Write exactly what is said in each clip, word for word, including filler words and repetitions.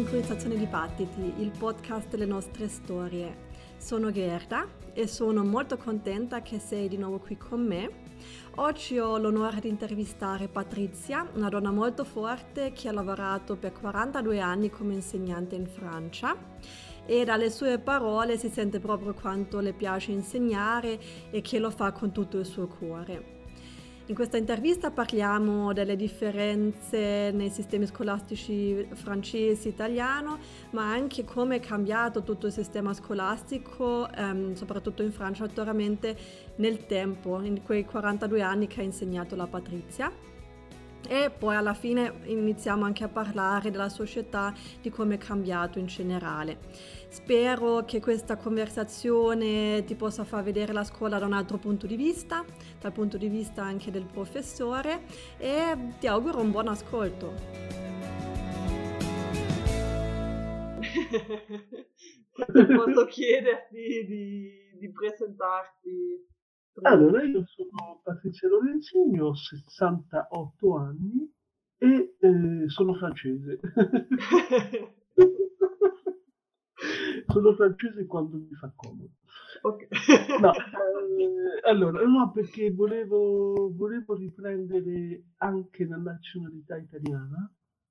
Sincronizzazione di Battiti, il podcast delle nostre storie. Sono Gerda e sono molto contenta che sei di nuovo qui con me. Oggi ho l'onore di intervistare Patrizia, una donna molto forte che ha lavorato per quarantadue anni come insegnante in Francia e dalle sue parole si sente proprio quanto le piace insegnare e che lo fa con tutto il suo cuore. In questa intervista parliamo delle differenze nei sistemi scolastici francese e italiano, ma anche come è cambiato tutto il sistema scolastico, ehm, soprattutto in Francia attualmente, nel tempo, in quei quarantadue anni che ha insegnato la Patrizia. E poi alla fine iniziamo anche a parlare della società, di come è cambiato in generale. Spero che questa conversazione ti possa far vedere la scuola da un altro punto di vista, dal punto di vista anche del professore, e ti auguro un buon ascolto. Se posso chiederti di, di presentarti. Allora, io sono Patrizia Lorenzini, ho sessantotto anni e eh, sono francese. Sono francese quando mi fa comodo. Okay. No, eh, allora, no, perché volevo, volevo riprendere anche la nazionalità italiana,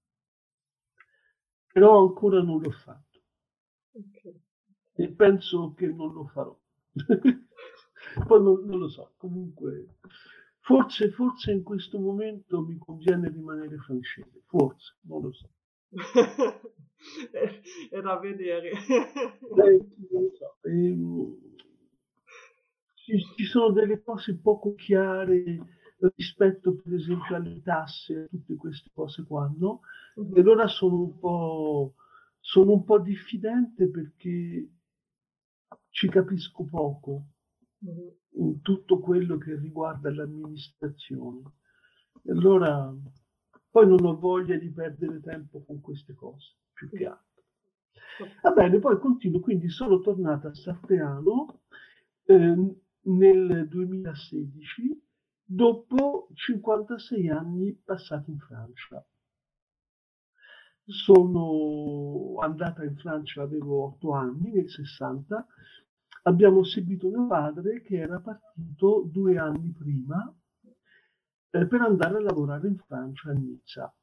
però ancora non l'ho fatto. Okay. E penso che non lo farò. Poi non, non lo so, comunque forse, forse in questo momento mi conviene rimanere francese, forse, non lo so. è, è da vedere. Eh, non lo so. Ehm, ci, ci sono delle cose poco chiare rispetto per esempio alle tasse, tutte queste cose qua, no? E allora sono un po', sono un po' diffidente perché ci capisco poco in tutto quello che riguarda l'amministrazione. E allora poi non ho voglia di perdere tempo con queste cose, più che altro. Va bene, poi continuo, quindi sono tornata a Sarteano eh, nel duemilasedici, dopo cinquantasei anni passati in Francia. Sono andata in Francia, avevo otto anni, nel sessanta. Abbiamo seguito mio padre che era partito due anni prima eh, per andare a lavorare in Francia, a Nizza.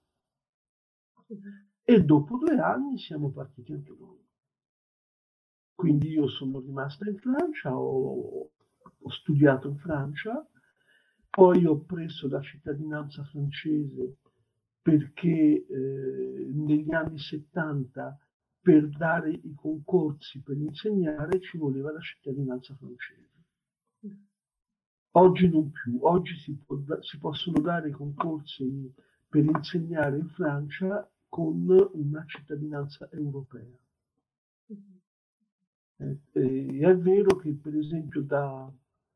E dopo due anni siamo partiti anche noi. Quindi io sono rimasta in Francia, ho, ho studiato in Francia, poi ho preso la cittadinanza francese perché eh, negli anni settanta per dare i concorsi per insegnare ci voleva la cittadinanza francese. Oggi non più, oggi si, può, si possono dare i concorsi per insegnare in Francia con una cittadinanza europea. Eh, eh, è vero che per esempio da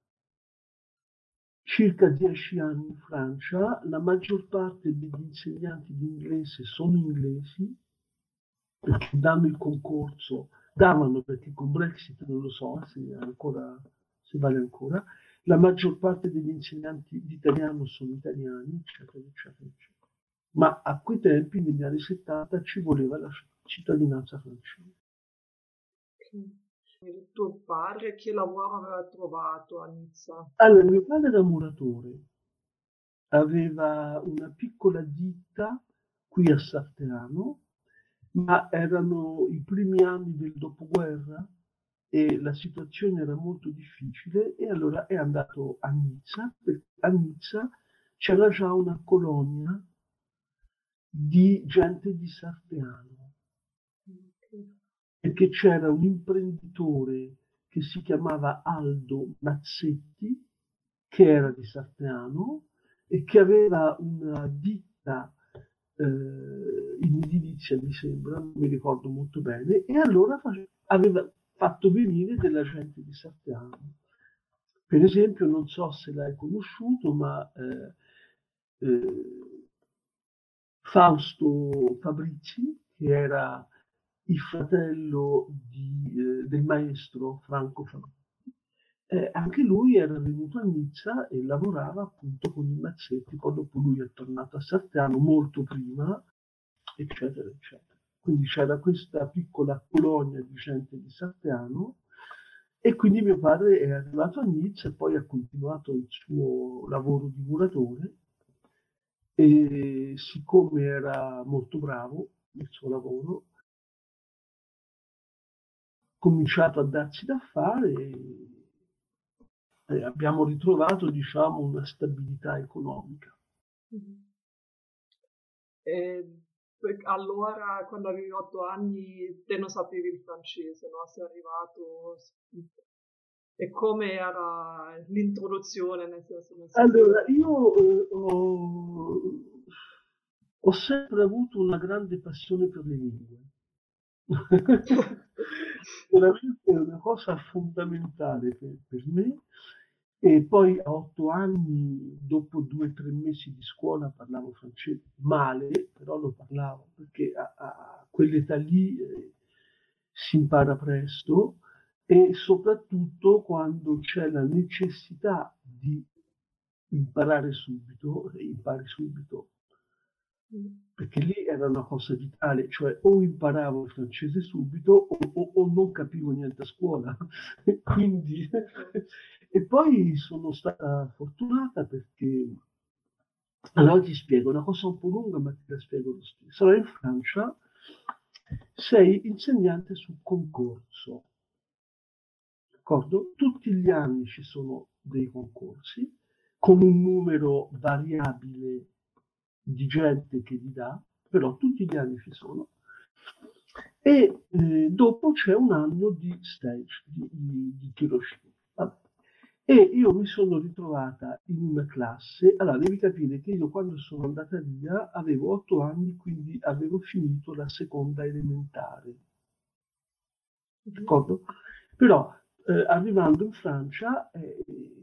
circa dieci anni in Francia la maggior parte degli insegnanti di inglese sono inglesi, perché danno il concorso, davano perché con Brexit non lo so se, ancora, se vale ancora, la maggior parte degli insegnanti di italiano sono italiani, eccetera, eccetera, eccetera. Ma a quei tempi, negli anni settanta, ci voleva la cittadinanza francese. Il tuo padre che lavoro aveva trovato a Nizza? Allora, mio padre era muratore, aveva una piccola ditta qui a Sarteano, ma erano i primi anni del dopoguerra e la situazione era molto difficile e allora è andato a Nizza, perché a Nizza c'era già una colonia di gente di Sarteano, perché c'era un imprenditore che si chiamava Aldo Mazzetti, che era di Sarteano e che aveva una ditta eh, in edilizia, mi sembra, non mi ricordo molto bene, e allora face- aveva fatto venire della gente di Sarteano. Per esempio, non so se l'hai conosciuto, ma eh, eh, Fausto Fabrizi, che era il fratello di, eh, del maestro Franco Fabrizi, eh, anche lui era venuto a Nizza e lavorava appunto con i Mazzetti, poi dopo lui è tornato a Sarteano molto prima, eccetera, eccetera. quindi c'era questa piccola colonia di gente di Sarteano, e quindi mio padre è arrivato a Nizza e poi ha continuato il suo lavoro di muratore, e siccome era molto bravo nel suo lavoro, ha cominciato a darsi da fare e, e abbiamo ritrovato, diciamo, una stabilità economica. Mm-hmm. E allora, quando avevi otto anni, te non sapevi il francese, no? Sei arrivato. E come era l'introduzione, nel senso, nel senso... Allora, io eh, ho, ho sempre avuto una grande passione per le lingue. Veramente è una cosa fondamentale per, per me. E poi a otto anni, dopo due o tre mesi di scuola, parlavo francese male, però lo parlavo, perché a, a quell'età lì eh, si impara presto, e soprattutto quando c'è la necessità di imparare subito, impari subito. Perché lì era una cosa vitale, cioè o imparavo il francese subito o, o, o non capivo niente a scuola. Quindi, e poi sono stata fortunata perché, allora ti spiego, una cosa un po' lunga, ma ti la spiego lo stesso. Allora, in Francia sei insegnante su concorso, d'accordo? Tutti gli anni ci sono dei concorsi con un numero variabile di gente che li dà, però tutti gli anni ci sono, e eh, dopo c'è un anno di stage, di, di, di tirocinio. E io mi sono ritrovata in una classe, allora devi capire che io quando sono andata via avevo otto anni, quindi avevo finito la seconda elementare, d'accordo? Però eh, arrivando in Francia eh,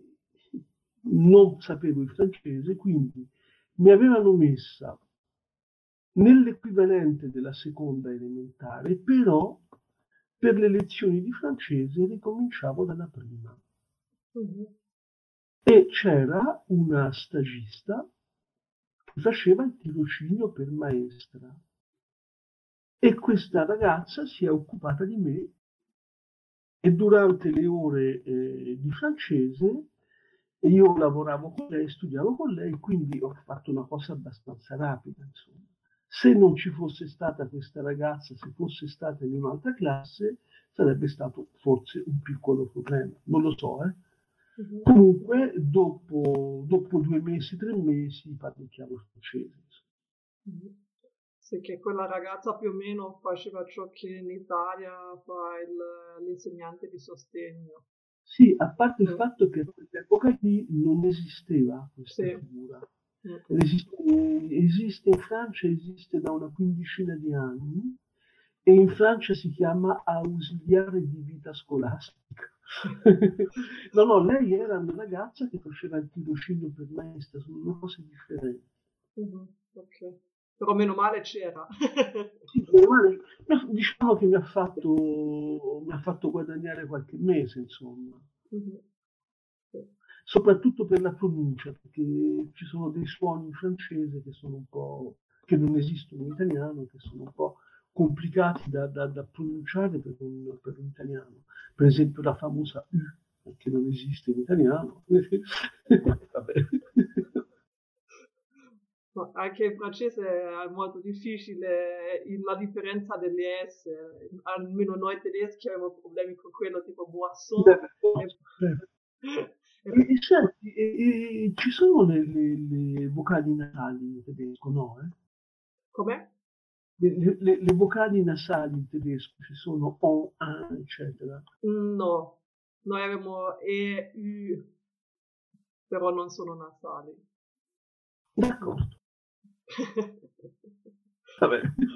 non sapevo il francese, quindi mi avevano messa nell'equivalente della seconda elementare, però per le lezioni di francese ricominciavo dalla prima. Mm-hmm. E c'era una stagista che faceva il tirocinio per maestra, e questa ragazza si è occupata di me, e durante le ore eh, di francese io lavoravo con lei, studiavo con lei, quindi ho fatto una cosa abbastanza rapida, insomma. Se non ci fosse stata questa ragazza, se fosse stata in un'altra classe, sarebbe stato forse un piccolo problema, non lo so, eh. Uh-huh. Comunque, dopo, dopo due mesi, tre mesi, parliamo francese. Uh-huh. Sì, che quella ragazza più o meno faceva ciò che in Italia fa il, l'insegnante di sostegno. Sì, a parte il uh-huh. fatto che a quell'epoca lì non esisteva questa sì. figura. Uh-huh. Esiste, esiste in Francia, esiste da una quindicina di anni, e in Francia si chiama ausiliare di vita scolastica. No, no, lei era una ragazza che faceva il tirocinio per maestra, sono due cose differenti. Uh-huh. Ok, però meno male c'era. Sì, meno male, diciamo che mi ha fatto, mi ha fatto guadagnare qualche mese, insomma. Uh-huh. Soprattutto per la pronuncia, perché ci sono dei suoni in francese che sono un po', che non esistono in italiano, che sono un po' complicati da, da, da pronunciare per un, per un italiano. Per esempio la famosa U, che non esiste in italiano. Vabbè. Ma anche in francese è molto difficile la differenza delle S, almeno noi tedeschi avevamo problemi con quello, tipo boisson. E, e, senti, e, e, ci sono le, le, le vocali nasali in tedesco, no? Eh? Com'è? Le, le, le vocali nasali in tedesco ci sono O, A, eccetera. No, noi abbiamo E, U, però non sono nasali. D'accordo. Vabbè.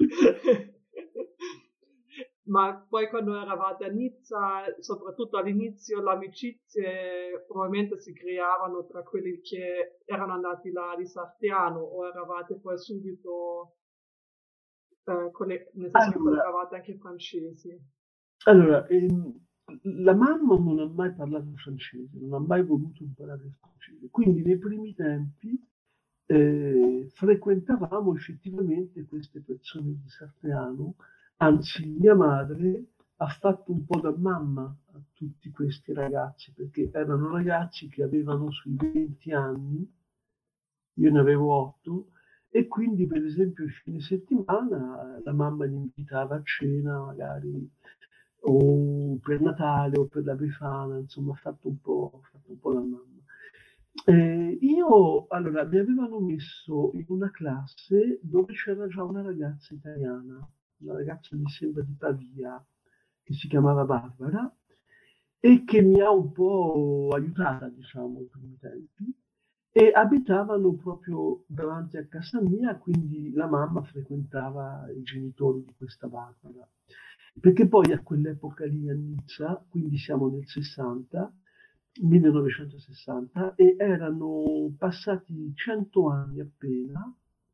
Ma poi quando eravate a Nizza, soprattutto all'inizio, le amicizie probabilmente si creavano tra quelli che erano andati là di Sarteano, o eravate poi subito, eh, con le, nel senso allora, che parlavate anche francesi? Allora, ehm, la mamma non ha mai parlato francese, non ha mai voluto imparare il francese, quindi nei primi tempi eh, frequentavamo effettivamente queste persone di Sarteano Anzi, mia madre ha fatto un po' da mamma a tutti questi ragazzi, perché erano ragazzi che avevano sui venti anni, io ne avevo otto, e quindi per esempio il fine settimana la mamma li invitava a cena, magari, o per Natale o per la Befana, insomma, ha fatto un po', ha fatto un po' la mamma. Eh, io, allora, mi avevano messo in una classe dove c'era già una ragazza italiana, una ragazza mi sembra di Pavia, che si chiamava Barbara, e che mi ha un po' aiutata, diciamo, in primi tempi, e abitavano proprio davanti a casa mia, quindi la mamma frequentava i genitori di questa Barbara. Perché poi a quell'epoca lì a Nizza, quindi siamo nel sessanta, millenovecentosessanta, e erano passati cento anni appena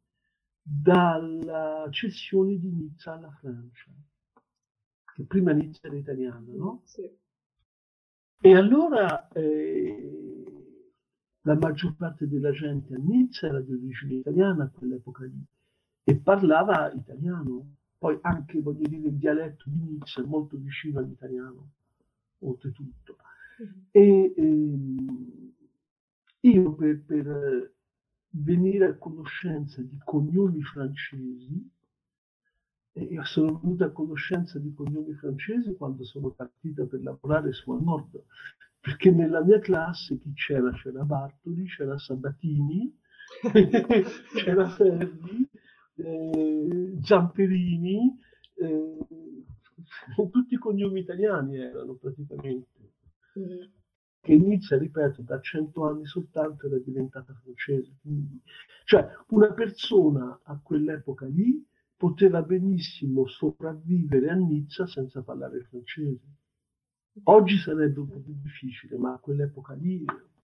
dalla cessione di Nizza alla Francia, che prima Nizza era italiana, no? Sì. E allora eh, la maggior parte della gente a Nizza era di origine italiana a quell'epoca lì e parlava italiano. Poi anche, voglio dire, il dialetto di Nizza è molto vicino all'italiano, oltretutto. E ehm, io per, per venire a conoscenza di cognomi francesi, e io sono venuta a conoscenza di cognomi francesi quando sono partita per lavorare su a Nord, perché nella mia classe chi c'era? C'era Bartoli, c'era Sabatini, c'era Ferri, eh, Zamperini, eh, tutti cognomi italiani erano praticamente. Mm-hmm. Che inizia, ripeto, da cento anni soltanto era diventata francese. Quindi, cioè, una persona a quell'epoca lì poteva benissimo sopravvivere a Nizza senza parlare francese. Oggi sarebbe un po' più difficile, ma a quell'epoca lì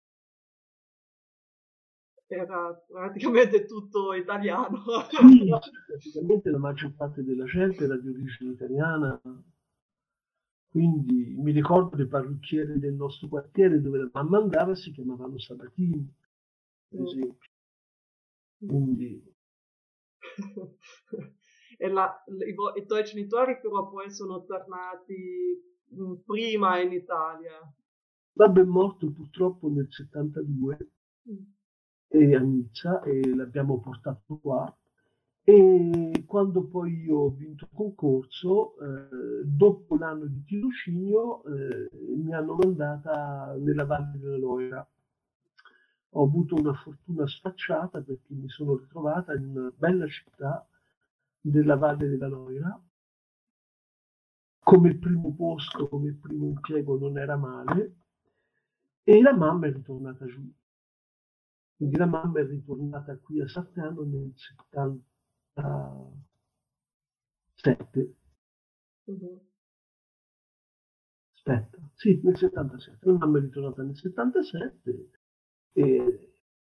era praticamente tutto italiano. sì, praticamente la maggior parte della gente era di origine italiana. Quindi mi ricordo le parrucchiere del nostro quartiere dove la mamma andava si chiamavano Sabatini, per Mm. esempio. Quindi E la, i, vo- i tuoi genitori però poi sono tornati mm, prima in Italia. babbo è morto purtroppo nel settantadue Mm. e a Nizza e l'abbiamo portato qua. E quando poi io ho vinto il concorso, eh, dopo l'anno di tirocinio, eh, mi hanno mandata nella Valle della Loira. Ho avuto una fortuna sfacciata perché mi sono ritrovata in una bella città della Valle della Loira. Come primo posto, come primo impiego non era male e la mamma è ritornata giù. Quindi la mamma è ritornata qui a Sartano nel settantasette. Mhm. Aspetta, sì, nel settantasette. La mamma è ritornata nel settantasette e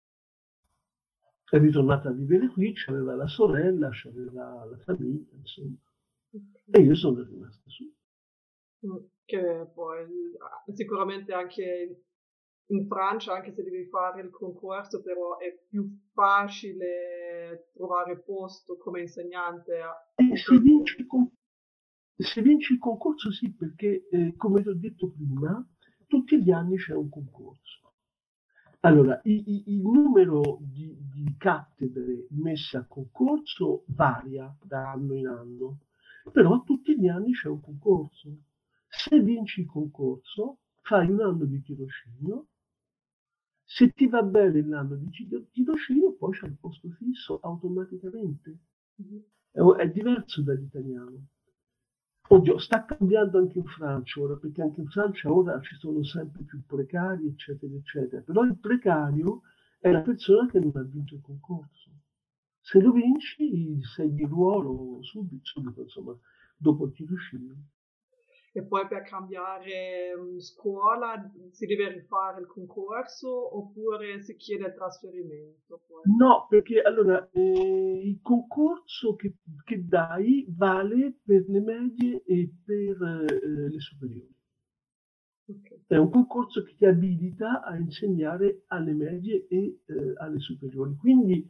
è ritornata a vivere qui, c'aveva la sorella, c'aveva la famiglia, insomma. E io sono rimasta su. Mm. Che poi ah, sicuramente anche in Francia, anche se devi fare il concorso, però è più facile trovare posto come insegnante. a- E se vinci il, con- se vinci il concorso sì, perché eh, come ti ho detto prima, tutti gli anni c'è un concorso. Allora, i- i- il numero di, di cattedre messe a concorso varia da anno in anno, però tutti gli anni c'è un concorso. Se vinci il concorso, fai un anno di tirocinio, se ti va bene l'anno di ti- tirocinio, poi c'è il posto fisso automaticamente. Mhm. È, è diverso dall'italiano. Oddio, sta cambiando anche in Francia ora, perché anche in Francia ora ci sono sempre più precari, eccetera, eccetera. Però il precario è la persona che non ha vinto il concorso. Se lo vinci, sei di ruolo subito, subito, insomma, dopo il tirocinio. E poi per cambiare mm, scuola si deve rifare il concorso oppure si chiede trasferimento poi. No, perché allora eh, il concorso che, che dai vale per le medie e per eh, le superiori. Ok. È un concorso che ti abilita a insegnare alle medie e eh, alle superiori. Quindi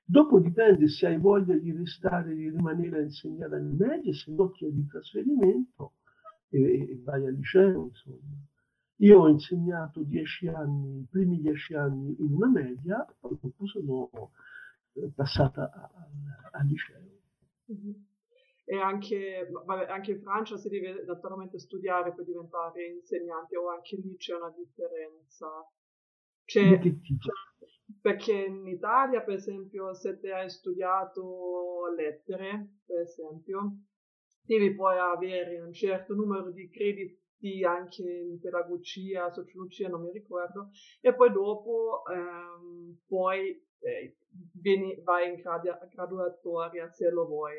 Dopo dipende se hai voglia di restare, di rimanere a insegnare alle medie, se no chiedi il trasferimento e, e vai al liceo, insomma. Io ho insegnato dieci anni, i primi dieci anni in una media, poi dopo sono eh, passata a- a- al liceo. Mhm. E anche, vabbè, anche in Francia si deve naturalmente studiare per diventare insegnante, o anche lì c'è una differenza. Di C'è, che tipo? perché in Italia, per esempio, se te hai studiato lettere, per esempio, devi poi avere un certo numero di crediti anche in pedagogia, sociologia, non mi ricordo, e poi dopo ehm, poi eh, vieni- vai in gradia- graduatoria se lo vuoi.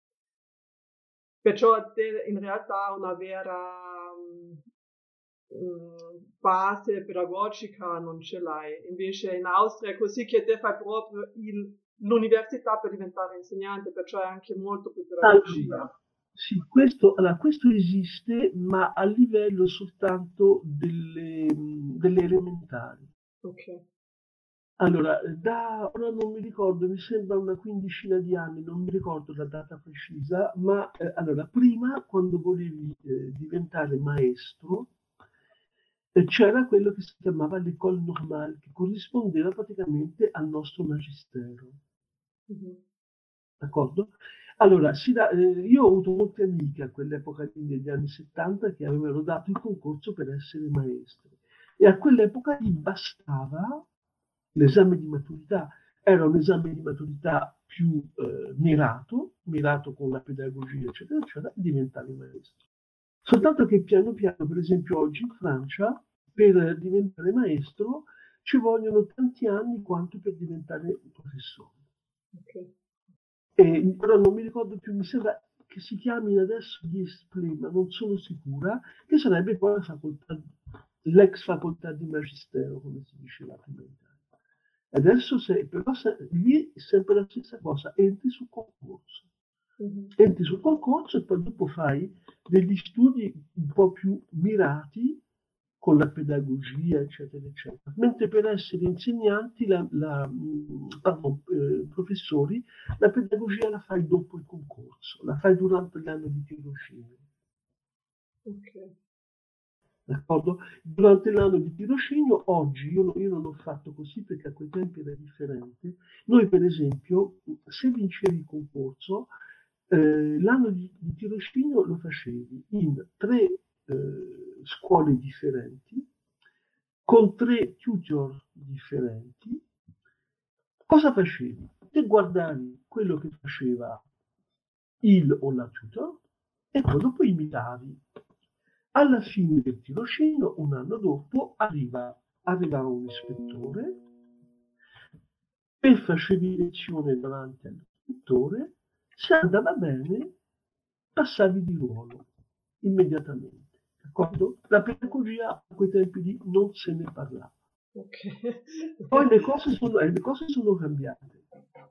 Perciò te in realtà una vera mm, mm, base pedagogica non ce l'hai. Invece in Austria è così che te fai proprio il- l'università per diventare insegnante, perciò è anche molto più pedagogia. Allora, sì, questo, allora, questo esiste, ma a livello soltanto delle, delle elementari. Ok. Allora, da ora non mi ricordo, mi sembra una quindicina di anni, non mi ricordo la data precisa, ma eh, allora, prima, quando volevi eh, diventare maestro, eh, c'era quello che si chiamava l'école normale, che corrispondeva praticamente al nostro magistero. Mhm. D'accordo? Allora, si dà- eh, io ho avuto molte amiche a quell'epoca lì, negli anni settanta, che avevano dato il concorso per essere maestre. E a quell'epoca gli bastava l'esame di maturità. Era un esame di maturità più eh, mirato, mirato con la pedagogia, eccetera, eccetera, e diventare maestro. Soltanto che piano piano, per esempio oggi in Francia, per diventare maestro ci vogliono tanti anni quanto per diventare professore. Ok. E, però non mi ricordo più, mi sembra che si chiami adesso di Esplé, ma non sono sicura, che sarebbe poi la facoltà, l'ex facoltà di magistero, come si diceva prima in Italia. Adesso se, però se, lì è sempre la stessa cosa, entri sul concorso. Mhm. Entri sul concorso e poi dopo fai degli studi un po' più mirati con la pedagogia, eccetera, eccetera. Mentre per essere insegnanti, la, la, mh, pardon, eh, professori, la pedagogia la fai dopo il concorso, la fai durante l'anno di tirocinio. Ok. D'accordo? Durante l'anno di tirocinio, oggi io, io non ho fatto così perché a quei tempi era differente. Noi, per esempio, se vincevi il concorso, eh, l'anno di, di tirocinio lo facevi in tre eh, scuole differenti, con tre tutor differenti. Cosa facevi? Te guardavi quello che faceva il o la tutor e poi dopo imitavi. Alla fine del tirocinio, un anno dopo, arriva, arrivava un ispettore, e facevi lezione davanti all'ispettore, se andava bene, passavi di ruolo immediatamente. D'accordo? La pedagogia a quei tempi lì non se ne parlava. Ok. Poi le cose sono, eh, le cose sono cambiate.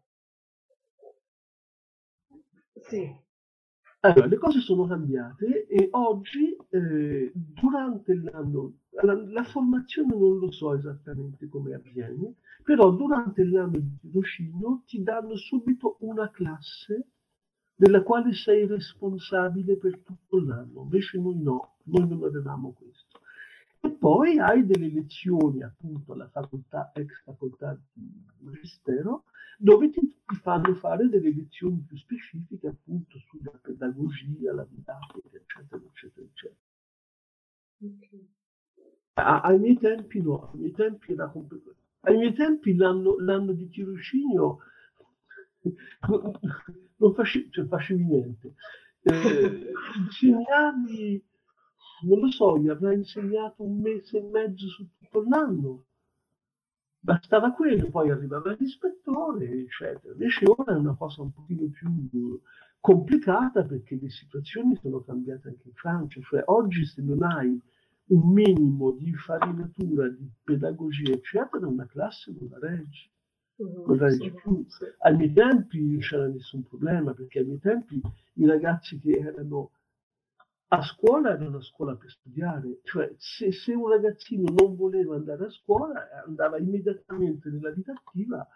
Sì. Allora, le cose sono cambiate e oggi, eh, durante l'anno, la, la formazione non lo so esattamente come avviene, però durante l'anno di tirocinio ti danno subito una classe della quale sei responsabile per tutto l'anno, invece noi no, noi non avevamo questo. E poi hai delle lezioni appunto alla facoltà, ex facoltà di magistero, dove ti, ti fanno fare delle lezioni più specifiche appunto sulla pedagogia, la didattica, eccetera, eccetera, eccetera. Ok. A- ai miei tempi no, ai miei tempi era completamente... Ai miei tempi l'anno, l'anno di tirocinio non, non facevi, cioè, facevi niente. Eh, insegnavi, non lo so, gli avrei insegnato un mese e mezzo su tutto l'anno. Bastava quello, poi arrivava l'ispettore, eccetera. Invece ora è una cosa un pochino più complicata perché le situazioni sono cambiate anche in Francia. Cioè oggi se non hai un minimo di infarinatura, di pedagogia, eccetera, una classe non la reggi. Non Mhm. la reggi Mhm. più. Sì. Ai miei tempi non c'era nessun problema perché ai miei tempi i ragazzi che erano a scuola era una scuola per studiare, cioè se, se un ragazzino non voleva andare a scuola andava immediatamente nella vita attiva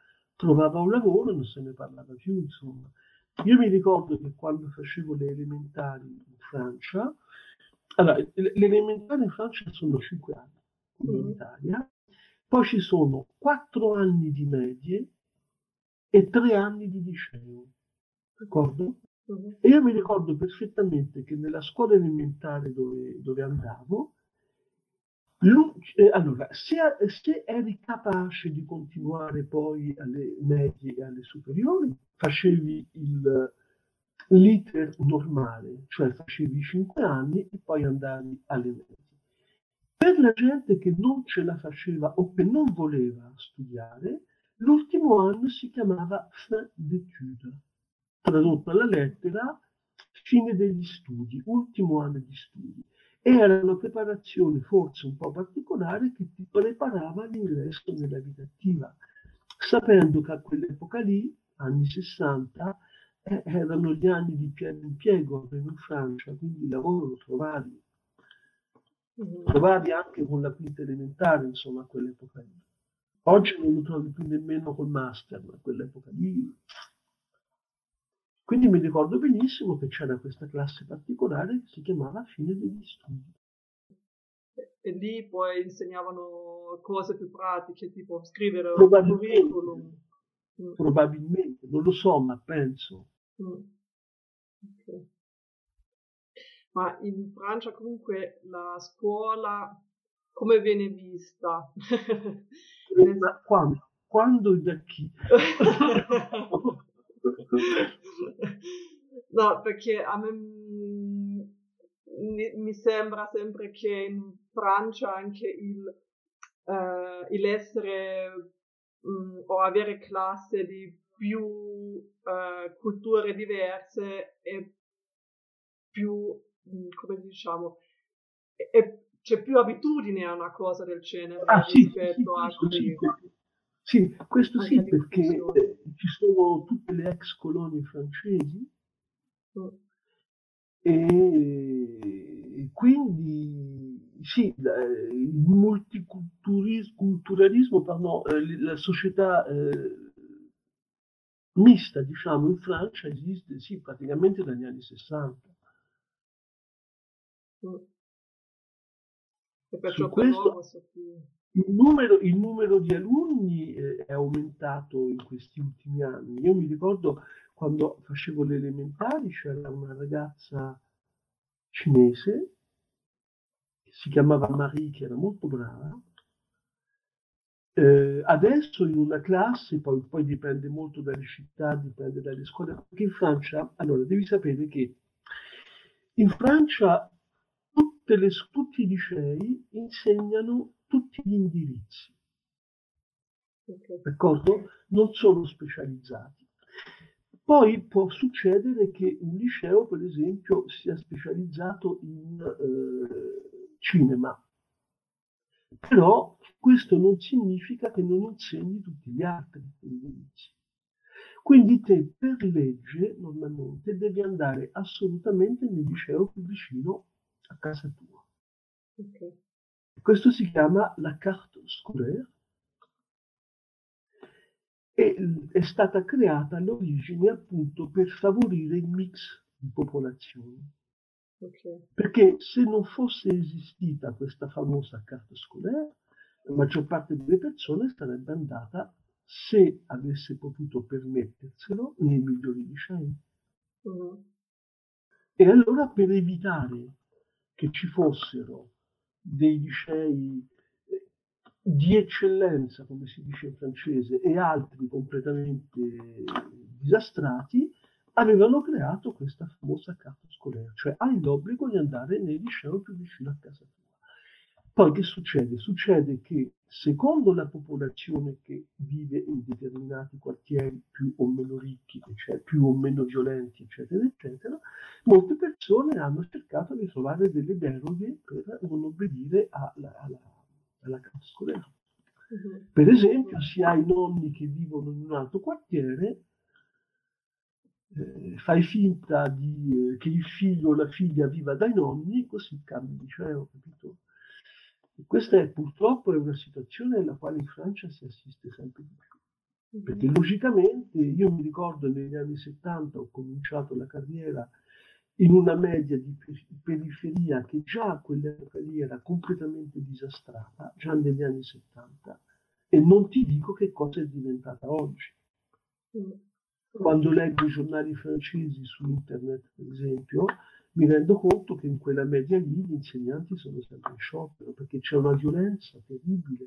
trovava un lavoro e non se ne parlava più, insomma. Io mi ricordo che quando facevo le elementari in Francia, allora, le le elementari in Francia sono cinque anni, come in Mhm. Italia, poi ci sono quattro anni di medie e tre anni di liceo, d'accordo? Mhm. E io mi ricordo perfettamente che nella scuola elementare dove, dove andavo, Lu- eh, allora, se, se eri capace di continuare poi alle medie e alle superiori, facevi il, l'iter normale, cioè facevi i cinque anni e poi andavi alle medie. Per la gente che non ce la faceva o che non voleva studiare, l'ultimo anno si chiamava fin d'études, tradotto alla lettera fine degli studi, ultimo anno di studi. Era una preparazione forse un po' particolare che ti preparava all'ingresso nella vita attiva, sapendo che a quell'epoca lì, anni sessanta, eh, erano gli anni di pieno impiego in Francia, quindi il lavoro lo trovavi. Mhm. Trovavi anche con la quinta elementare, insomma, a quell'epoca lì. Oggi non lo trovi più nemmeno col master, ma a quell'epoca lì. Quindi mi ricordo benissimo che c'era questa classe particolare che si chiamava Fine degli studi. E lì poi insegnavano cose più pratiche, tipo scrivere un Probabilmente, curriculum. Mm, probabilmente, non lo so, ma penso. mm, ok. Ma in Francia comunque la scuola come viene vista? Eh, Nel Ma sen- quando? Quando e da chi? No, perché a me mm, mi, mi sembra sempre che in Francia anche il, eh, il essere mm, o avere classe di più eh, culture diverse è più, mm, come diciamo, è- è- c'è più abitudine a una cosa del Ah genere sì, sì, sì, rispetto a questo sì, qui, perché, sì, questo anche a sì, perché diffusione. eh, ci sono tutte le ex colonie francesi Mm, e quindi sì, la- il multiculturismo, culturalismo, pardon, eh, la società eh, mista, diciamo, in Francia esiste sì, praticamente dagli anni sessanta. mm. E Su perciò per questo loro so più... il numero, il numero di alunni eh, è aumentato in questi ultimi anni. Io mi ricordo quando facevo le elementari c'era una ragazza cinese che si chiamava Marie, che era molto brava. Eh, adesso in una classe, poi, poi dipende molto dalle città, dipende dalle scuole, perché in Francia, allora devi sapere che in Francia tutte le- tutti i licei insegnano tutti gli indirizzi, Ok. d'accordo? Non sono specializzati. Poi può succedere che un liceo, per esempio, sia specializzato in eh, cinema, però questo non significa che non insegni tutti gli altri indirizzi. Quindi te per legge normalmente devi andare assolutamente nel liceo più vicino a casa tua. Ok. Questo si chiama la carte scolaire e è stata creata all'origine appunto per favorire il mix di popolazioni. Ok. Perché se non fosse esistita questa famosa carte scolaire, la maggior parte delle persone sarebbe andata, se avesse potuto permetterselo, nei migliori licei. Mhm. E allora per evitare che ci fossero dei licei eh, di eccellenza, come si dice in francese, e altri completamente disastrati, avevano creato questa famosa carta scolaire, cioè hai l'obbligo di andare nel liceo più vicino a casa tua. Poi che succede? Succede che secondo la popolazione che vive in determinati quartieri più o meno ricchi, cioè più o meno violenti, eccetera, eccetera, molte persone hanno cercato di trovare delle deroghe per non obbedire alla, alla, alla carta scolaire. Mhm. Per esempio, se hai nonni che vivono in un altro quartiere, eh, fai finta di, eh, che il figlio o la figlia viva dai nonni, così cambi di liceo, capito? E questa è purtroppo è una situazione alla quale in Francia si assiste sempre di più. Perché logicamente io mi ricordo negli anni settanta ho cominciato la carriera in una media di periferia che già a quell'epoca lì era completamente disastrata, già negli anni settanta, e non ti dico che cosa è diventata oggi. Quando leggo i giornali francesi su internet, per esempio, mi rendo conto che in quella media lì gli insegnanti sono sempre in sciopero, perché c'è una violenza terribile.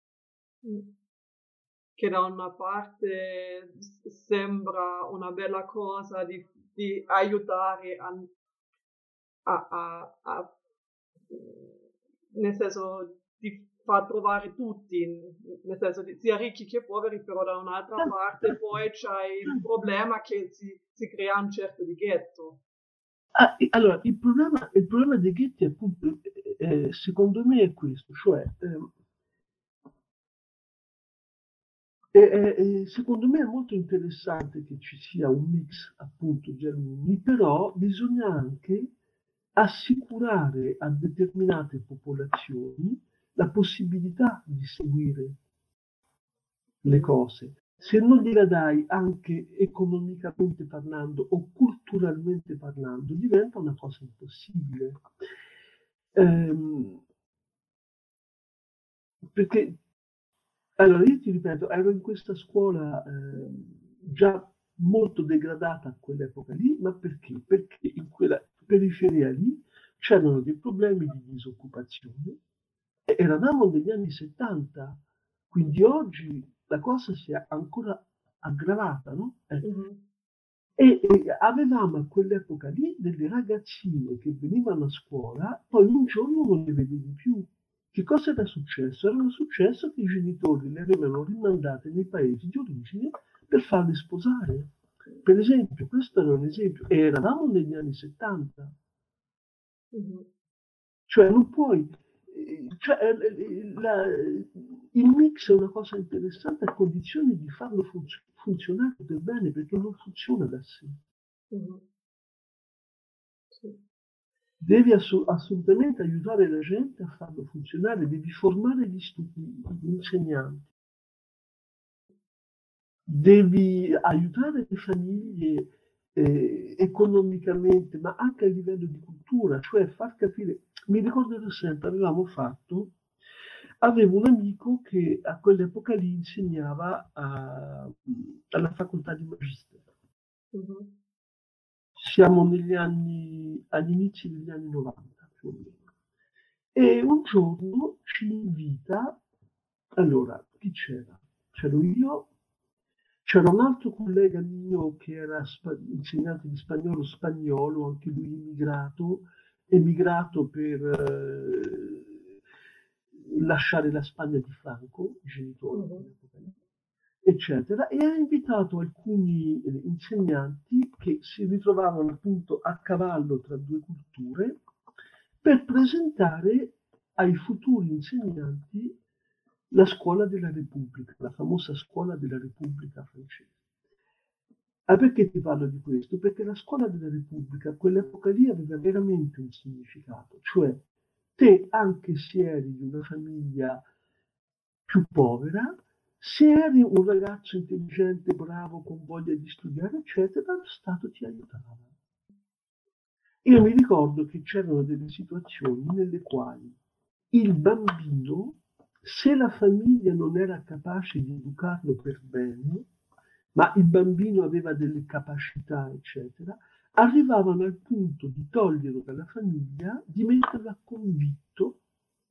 Che da una parte sembra una bella cosa di, di aiutare a, a, a, a, nel senso di far trovare tutti, nel senso di, sia ricchi che poveri, però da un'altra parte poi c'hai il problema che si, si crea un certo di ghetto. Ah, allora, il problema, il problema dei ghetti appunto, eh, secondo me è questo, cioè eh, eh, eh, secondo me è molto interessante che ci sia un mix appunto di alunni, però bisogna anche assicurare a determinate popolazioni la possibilità di seguire le cose. Se non gliela dai anche economicamente parlando o culturalmente parlando, diventa una cosa impossibile. Ehm, perché, allora io ti ripeto, ero in questa scuola eh, già molto degradata a quell'epoca lì, ma perché? Perché in quella periferia lì c'erano dei problemi di disoccupazione e eravamo negli anni settanta, quindi oggi la cosa si è ancora aggravata, no? Eh. Mm-hmm. E, e avevamo a quell'epoca lì delle ragazzine che venivano a scuola, poi un giorno non le vedevi più. Che cosa era successo? Era successo che i genitori le avevano rimandate nei paesi di origine per farle sposare. Per esempio, questo era un esempio. E eravamo negli anni settanta. Mm-hmm. Cioè non puoi... Cioè, la, il mix è una cosa interessante a condizione di farlo funzionare. funzionare per bene, perché non funziona da sé. Mm-hmm. Sì. Devi assu- assolutamente aiutare la gente a farlo funzionare, devi formare gli, studi- gli insegnanti, devi aiutare le famiglie eh, economicamente, ma anche a livello di cultura, cioè far capire. Mi ricordo sempre, avevamo fatto, avevo un amico che a quell'epoca lì insegnava a, alla facoltà di magistero. Mm-hmm. Siamo negli anni, agli inizi degli anni novanta più o meno. E un giorno ci invita, allora, chi c'era? C'ero io, c'era un altro collega mio che era spa- insegnante di spagnolo spagnolo, anche lui immigrato, emigrato per eh, lasciare la Spagna di Franco, i genitori, Mm-hmm. eccetera, e ha invitato alcuni eh, insegnanti che si ritrovavano appunto a cavallo tra due culture per presentare ai futuri insegnanti la scuola della Repubblica, la famosa scuola della Repubblica francese. Ah, perché ti parlo di questo? Perché la scuola della Repubblica a quell'epoca lì aveva veramente un significato, cioè te, anche se eri di una famiglia più povera, se eri un ragazzo intelligente, bravo, con voglia di studiare, eccetera, lo Stato ti aiutava. Io mi ricordo che c'erano delle situazioni nelle quali il bambino, se la famiglia non era capace di educarlo per bene, ma il bambino aveva delle capacità, eccetera, arrivavano al punto di toglierlo dalla famiglia, di metterlo a convitto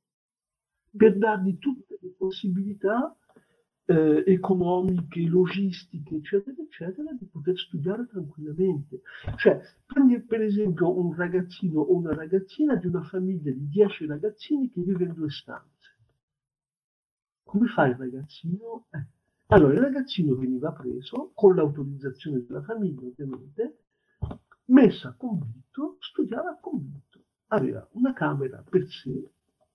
per dargli tutte le possibilità eh, economiche, logistiche, eccetera, eccetera, di poter studiare tranquillamente. Cioè, prendi per esempio un ragazzino o una ragazzina di una famiglia di dieci ragazzini che vive in due stanze. Come fa il ragazzino? Eh. Allora, il ragazzino veniva preso, con l'autorizzazione della famiglia ovviamente, messo a convitto, studiava a convitto. Aveva una camera per sé,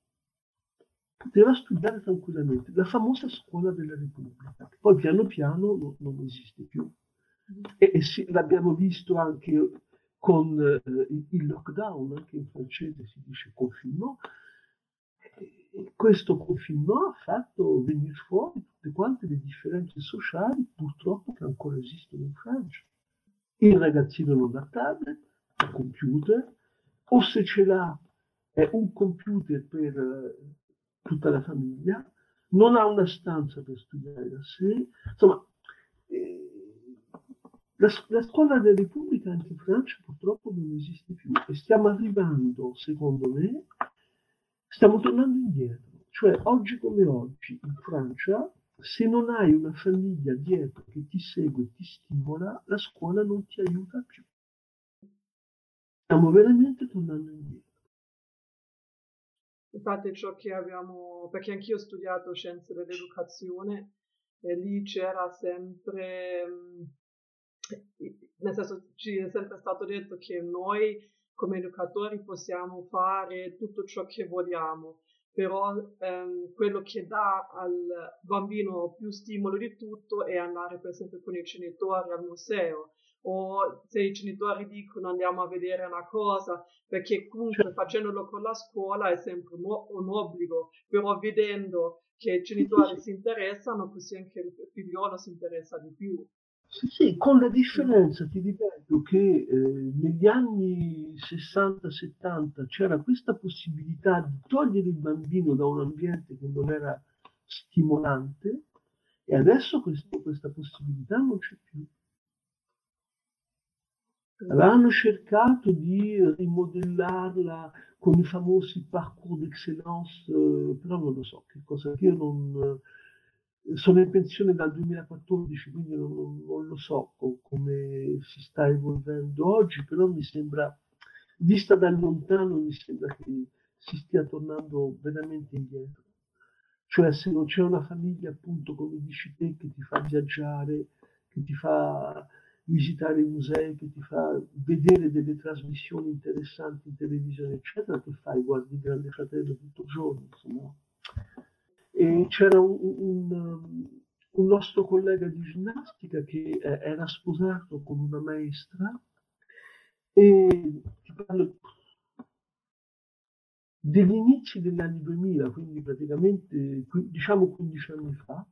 poteva studiare tranquillamente, la famosa scuola della Repubblica, che poi piano piano non, non esiste più. E, e sì, l'abbiamo visto anche con eh, il lockdown, anche in francese si dice confinement, e questo confinement ha fatto venire fuori tutte quante le differenze sociali, purtroppo, che ancora esistono in Francia. Il ragazzino non ha tablet, ha computer, o se ce l'ha è un computer per eh, tutta la famiglia, non ha una stanza per studiare da sé. Insomma, eh, la, la scuola della Repubblica anche in Francia purtroppo non esiste più e stiamo arrivando, secondo me, stiamo tornando indietro. Cioè, oggi come oggi, in Francia, se non hai una famiglia dietro che ti segue e ti stimola, la scuola non ti aiuta più. Stiamo veramente tornando indietro. Infatti ciò che abbiamo, perché anch'io ho studiato scienze dell'educazione e lì c'era sempre, nel senso ci è sempre stato detto che noi come educatori possiamo fare tutto ciò che vogliamo, però ehm, quello che dà al bambino più stimolo di tutto è andare per esempio con i genitori al museo, o se i genitori dicono andiamo a vedere una cosa, perché comunque facendolo con la scuola è sempre un, un obbligo, però vedendo che i genitori si interessano, così anche il figliolo si interessa di più. Sì, sì, con la differenza, ti ripeto, che eh, negli anni sessanta settanta c'era questa possibilità di togliere il bambino da un ambiente che non era stimolante e adesso questo, questa possibilità non c'è più. Avranno cercato di rimodellarla con i famosi parcours d'excellence, eh, però non lo so, che cosa che io non... Sono in pensione dal duemilaquattordici, quindi non, non, non lo so co- come si sta evolvendo oggi, però mi sembra, vista da lontano, mi sembra che si stia tornando veramente indietro. Cioè se non c'è una famiglia, appunto, come dici te, che ti fa viaggiare, che ti fa visitare i musei, che ti fa vedere delle trasmissioni interessanti in televisione, eccetera, che fai? Guardi il Grande Fratello tutto il giorno, insomma. E c'era un, un, un nostro collega di ginnastica che eh, era sposato con una maestra e ti parlo degli inizi degli anni duemila, quindi praticamente diciamo quindici anni fa,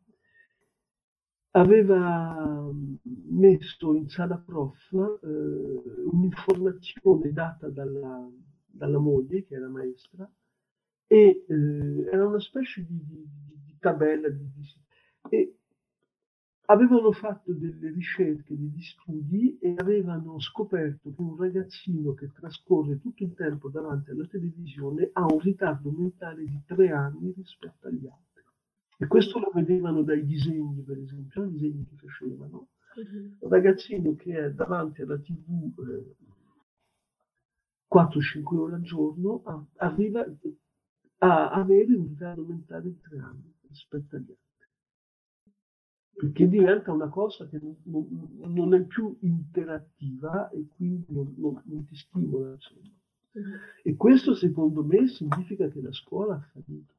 aveva messo in sala prof eh, un'informazione data dalla, dalla moglie, che era maestra, e eh, era una specie di, di, di tabella, di, di, e avevano fatto delle ricerche, degli studi e avevano scoperto che un ragazzino che trascorre tutto il tempo davanti alla televisione ha un ritardo mentale di tre anni rispetto agli altri. E questo lo vedevano dai disegni, per esempio, i disegni che facevano. Un ragazzino che è davanti alla tivù eh, quattro cinque ore al giorno a, arriva a avere un ritardo mentale di tre anni rispetto agli altri. Perché diventa una cosa che non, non, non è più interattiva e quindi non, non, non ti stimola, insomma. E questo secondo me significa che la scuola ha fallito.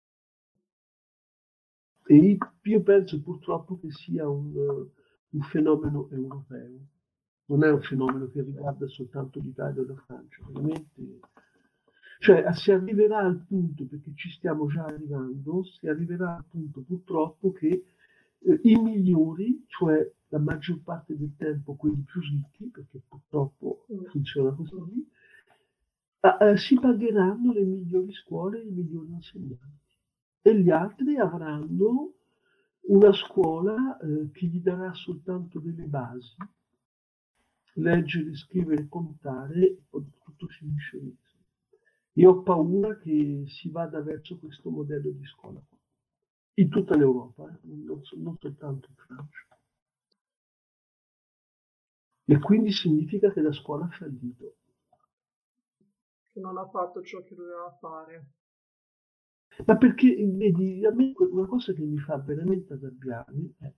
E io penso purtroppo che sia un, un fenomeno europeo, non è un fenomeno che riguarda soltanto l'Italia o la Francia, veramente. Cioè si arriverà al punto, perché ci stiamo già arrivando, si arriverà al punto purtroppo che eh, i migliori, cioè la maggior parte del tempo quelli più ricchi, perché purtroppo funziona così, eh, si pagheranno le migliori scuole e i migliori insegnanti. E gli altri avranno una scuola eh, che gli darà soltanto delle basi, leggere, scrivere, contare, e poi tutto finisce lì. Io ho paura che si vada verso questo modello di scuola in tutta l'Europa, eh? non, non soltanto in Francia. E quindi significa che la scuola ha fallito. Che non ha fatto ciò che doveva fare. Ma perché, vedi, a me una cosa che mi fa veramente arrabbiare è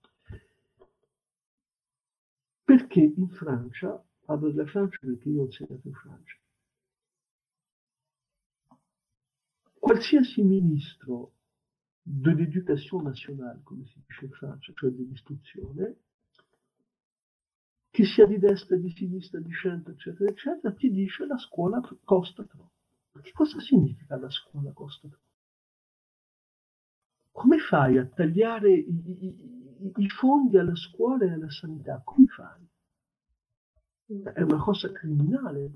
perché in Francia, parlo della Francia perché io ho insegnato in Francia, qualsiasi ministro dell'education nazionale, come si dice in Francia, cioè dell'istruzione, che sia di destra, di sinistra, di centro, eccetera, eccetera, ti dice la scuola costa troppo. Ma che cosa significa la scuola costa troppo? come fai a tagliare i, i, i fondi alla scuola e alla sanità? Come fai? È una cosa criminale.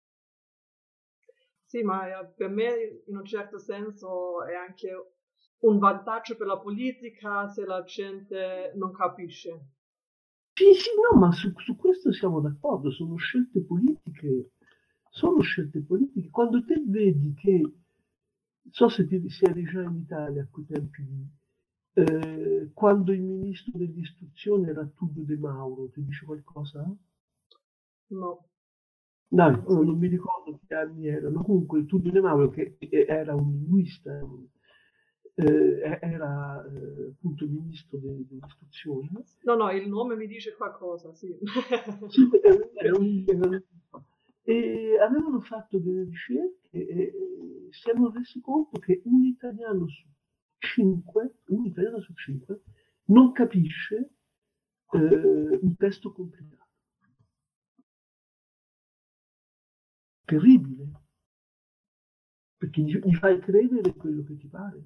Sì, ma per me in un certo senso è anche un vantaggio per la politica se la gente non capisce. Sì, sì, no, ma su, su questo siamo d'accordo, sono scelte politiche, sono scelte politiche. Quando te vedi che, non so se ti se eri già in Italia a quei tempi lì, eh, quando il ministro dell'istruzione era Tullio De Mauro, ti dice qualcosa? No. No, ora non mi ricordo che anni erano, comunque Tullio De Mauro che era un linguista, eh, era eh, appunto ministro de- dell'istruzione, no? No, no, il nome mi dice qualcosa, sì. Sì, era- era un- era- e avevano fatto delle ricerche e si erano resi conto che un italiano su cinque, un italiano su cinque non capisce eh, un testo complicato. Terribile, perché gli, gli fai credere quello che ti pare.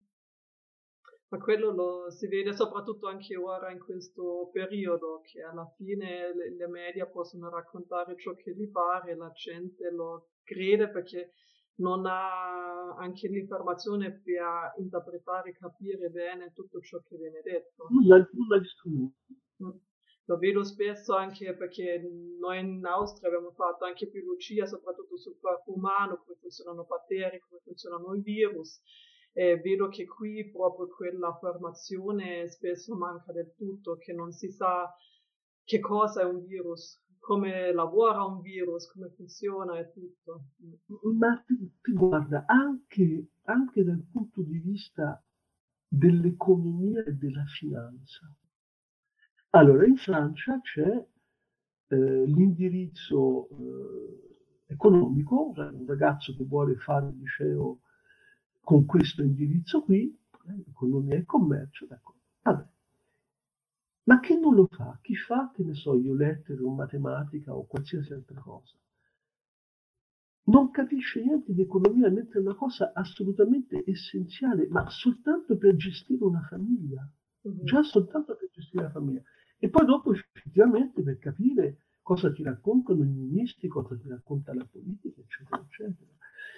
Ma quello lo si vede soprattutto anche ora in questo periodo, che alla fine le, le media possono raccontare ciò che gli pare, la gente lo crede perché non ha anche l'informazione per interpretare e capire bene tutto ciò che viene detto. Nulla, nulla di strumenti. Mm. Lo vedo spesso anche perché noi in Austria abbiamo fatto anche biologia, soprattutto sul corpo umano, come funzionano batteri, come funzionano i virus. E vedo che qui proprio quella formazione spesso manca del tutto, che non si sa che cosa è un virus, come lavora un virus, come funziona e tutto. Ma ti, ti guarda, anche, anche dal punto di vista dell'economia e della finanza. Allora, in Francia c'è eh, l'indirizzo eh, economico, cioè un ragazzo che vuole fare il liceo con questo indirizzo qui, eh, economia e commercio, ecco, vabbè. Ma chi non lo fa? Chi fa, che ne so io, lettere o matematica o qualsiasi altra cosa? Non capisce niente di economia, mentre è una cosa assolutamente essenziale, ma soltanto per gestire una famiglia. Mhm. Già soltanto per gestire la famiglia. E poi dopo effettivamente per capire cosa ti raccontano i ministri, cosa ti racconta la politica, eccetera, eccetera.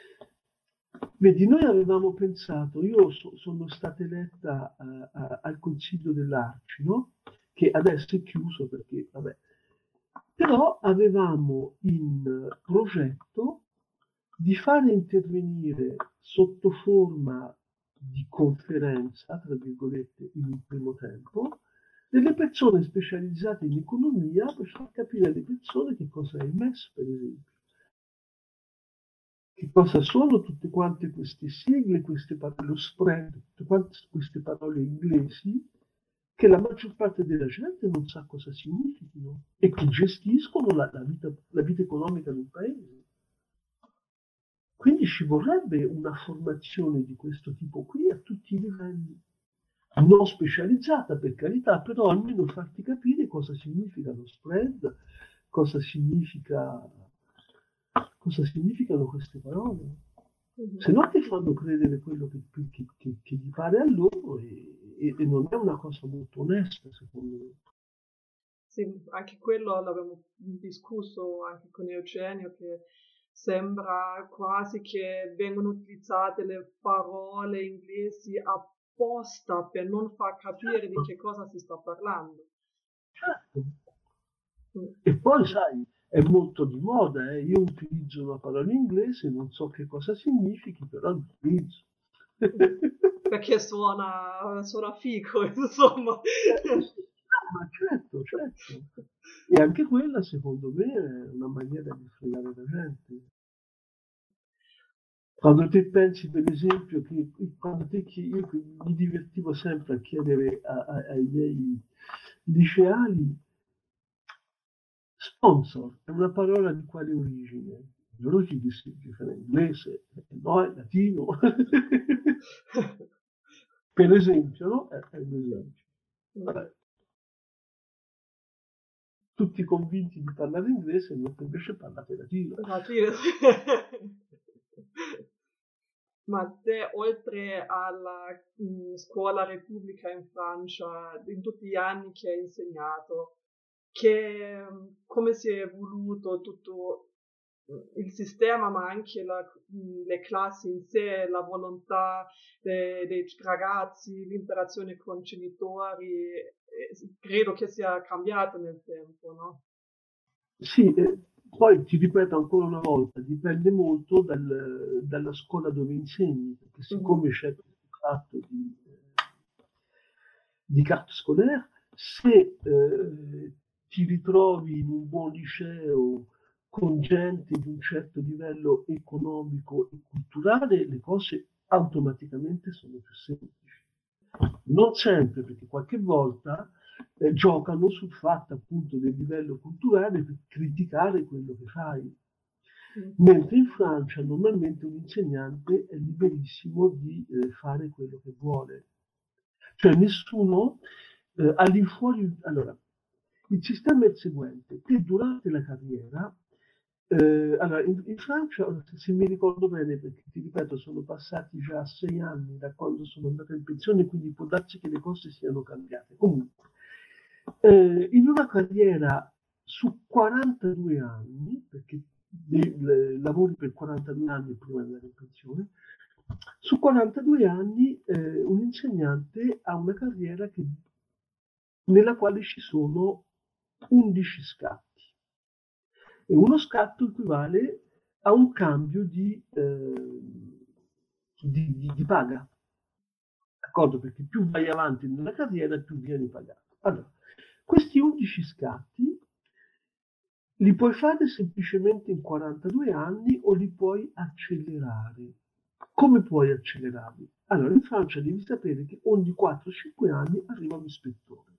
Vedi, noi avevamo pensato, io so- sono stata eletta eh, a- al Consiglio dell'Arci, no? Che adesso è chiuso perché, vabbè, però avevamo in progetto di fare intervenire sotto forma di conferenza, tra virgolette, in un primo tempo, delle persone specializzate in economia per far capire alle persone che cosa è il M E S, per esempio. Che cosa sono tutte quante queste sigle, queste parole, lo spread, tutte quante queste parole inglesi che la maggior parte della gente non sa cosa significano e che gestiscono la, la vita, la vita economica del paese. Quindi ci vorrebbe una formazione di questo tipo qui a tutti i livelli, non specializzata per carità, però almeno farti capire cosa significa lo spread, cosa significa, cosa significano queste parole. Mhm. Se no ti fanno credere quello che, che, che, che gli pare a loro e, e, e non è una cosa molto onesta, secondo me. Sì, anche quello l'abbiamo discusso anche con Eugenio, che sembra quasi che vengono utilizzate le parole inglesi apposta per non far capire di che cosa si sta parlando. Certo. Mm. E poi, sai, è molto di moda, eh? Io utilizzo una parola inglese, non so che cosa significhi, però l'utilizzo. Perché suona, suona figo, insomma. Eh, sì, no, ma certo, certo. E anche quella, secondo me, è una maniera di fregare la gente. Quando te pensi, per esempio, che quando te chi- io mi divertivo sempre a chiedere a- a- ai miei liceali, sponsor è una parola di quale origine? Loro ci dissero in inglese, no, è latino. Per esempio, no? È, è un esempio. Vabbè. Tutti convinti di parlare inglese, mentre invece parlate latino. Alla fine. ma te, oltre alla mh, scuola Repubblica in Francia, in tutti gli anni che hai insegnato, che, mh, come si è evoluto tutto mh, il sistema, ma anche la- mh, le classi in sé, la volontà de- dei ragazzi, l'interazione con i genitori, eh, credo che sia cambiato nel tempo, no? Sì, eh, poi ti ripeto ancora una volta, dipende molto dal- dalla scuola dove insegni, perché Mhm. siccome c'è questo fatto di, eh, di carte scolaire, se eh, ti ritrovi in un buon liceo con gente di un certo livello economico e culturale, le cose automaticamente sono più semplici. Non sempre, perché qualche volta eh, giocano sul fatto appunto del livello culturale per criticare quello che fai. Mm. Mentre in Francia normalmente un insegnante è liberissimo di eh, fare quello che vuole. Cioè nessuno eh, all'infuori... Allora, il sistema è il seguente, che durante la carriera, eh, allora in, in Francia, se mi ricordo bene, perché ti ripeto, sono passati già sei anni da quando sono andato in pensione, quindi può darsi che le cose siano cambiate. Comunque, eh, in una carriera su quarantadue anni, perché de- le- lavori per quarantadue anni prima di andare in pensione, su quarantadue anni eh, un insegnante ha una carriera che- nella quale ci sono undici scatti. E uno scatto equivale a un cambio di, eh, di, di- di paga. D'accordo? Perché più vai avanti nella carriera, più vieni pagato. Allora, questi undici scatti li puoi fare semplicemente in quarantadue anni o li puoi accelerare. Come puoi accelerarli? Allora, in Francia devi sapere che ogni quattro cinque anni arriva un ispettore.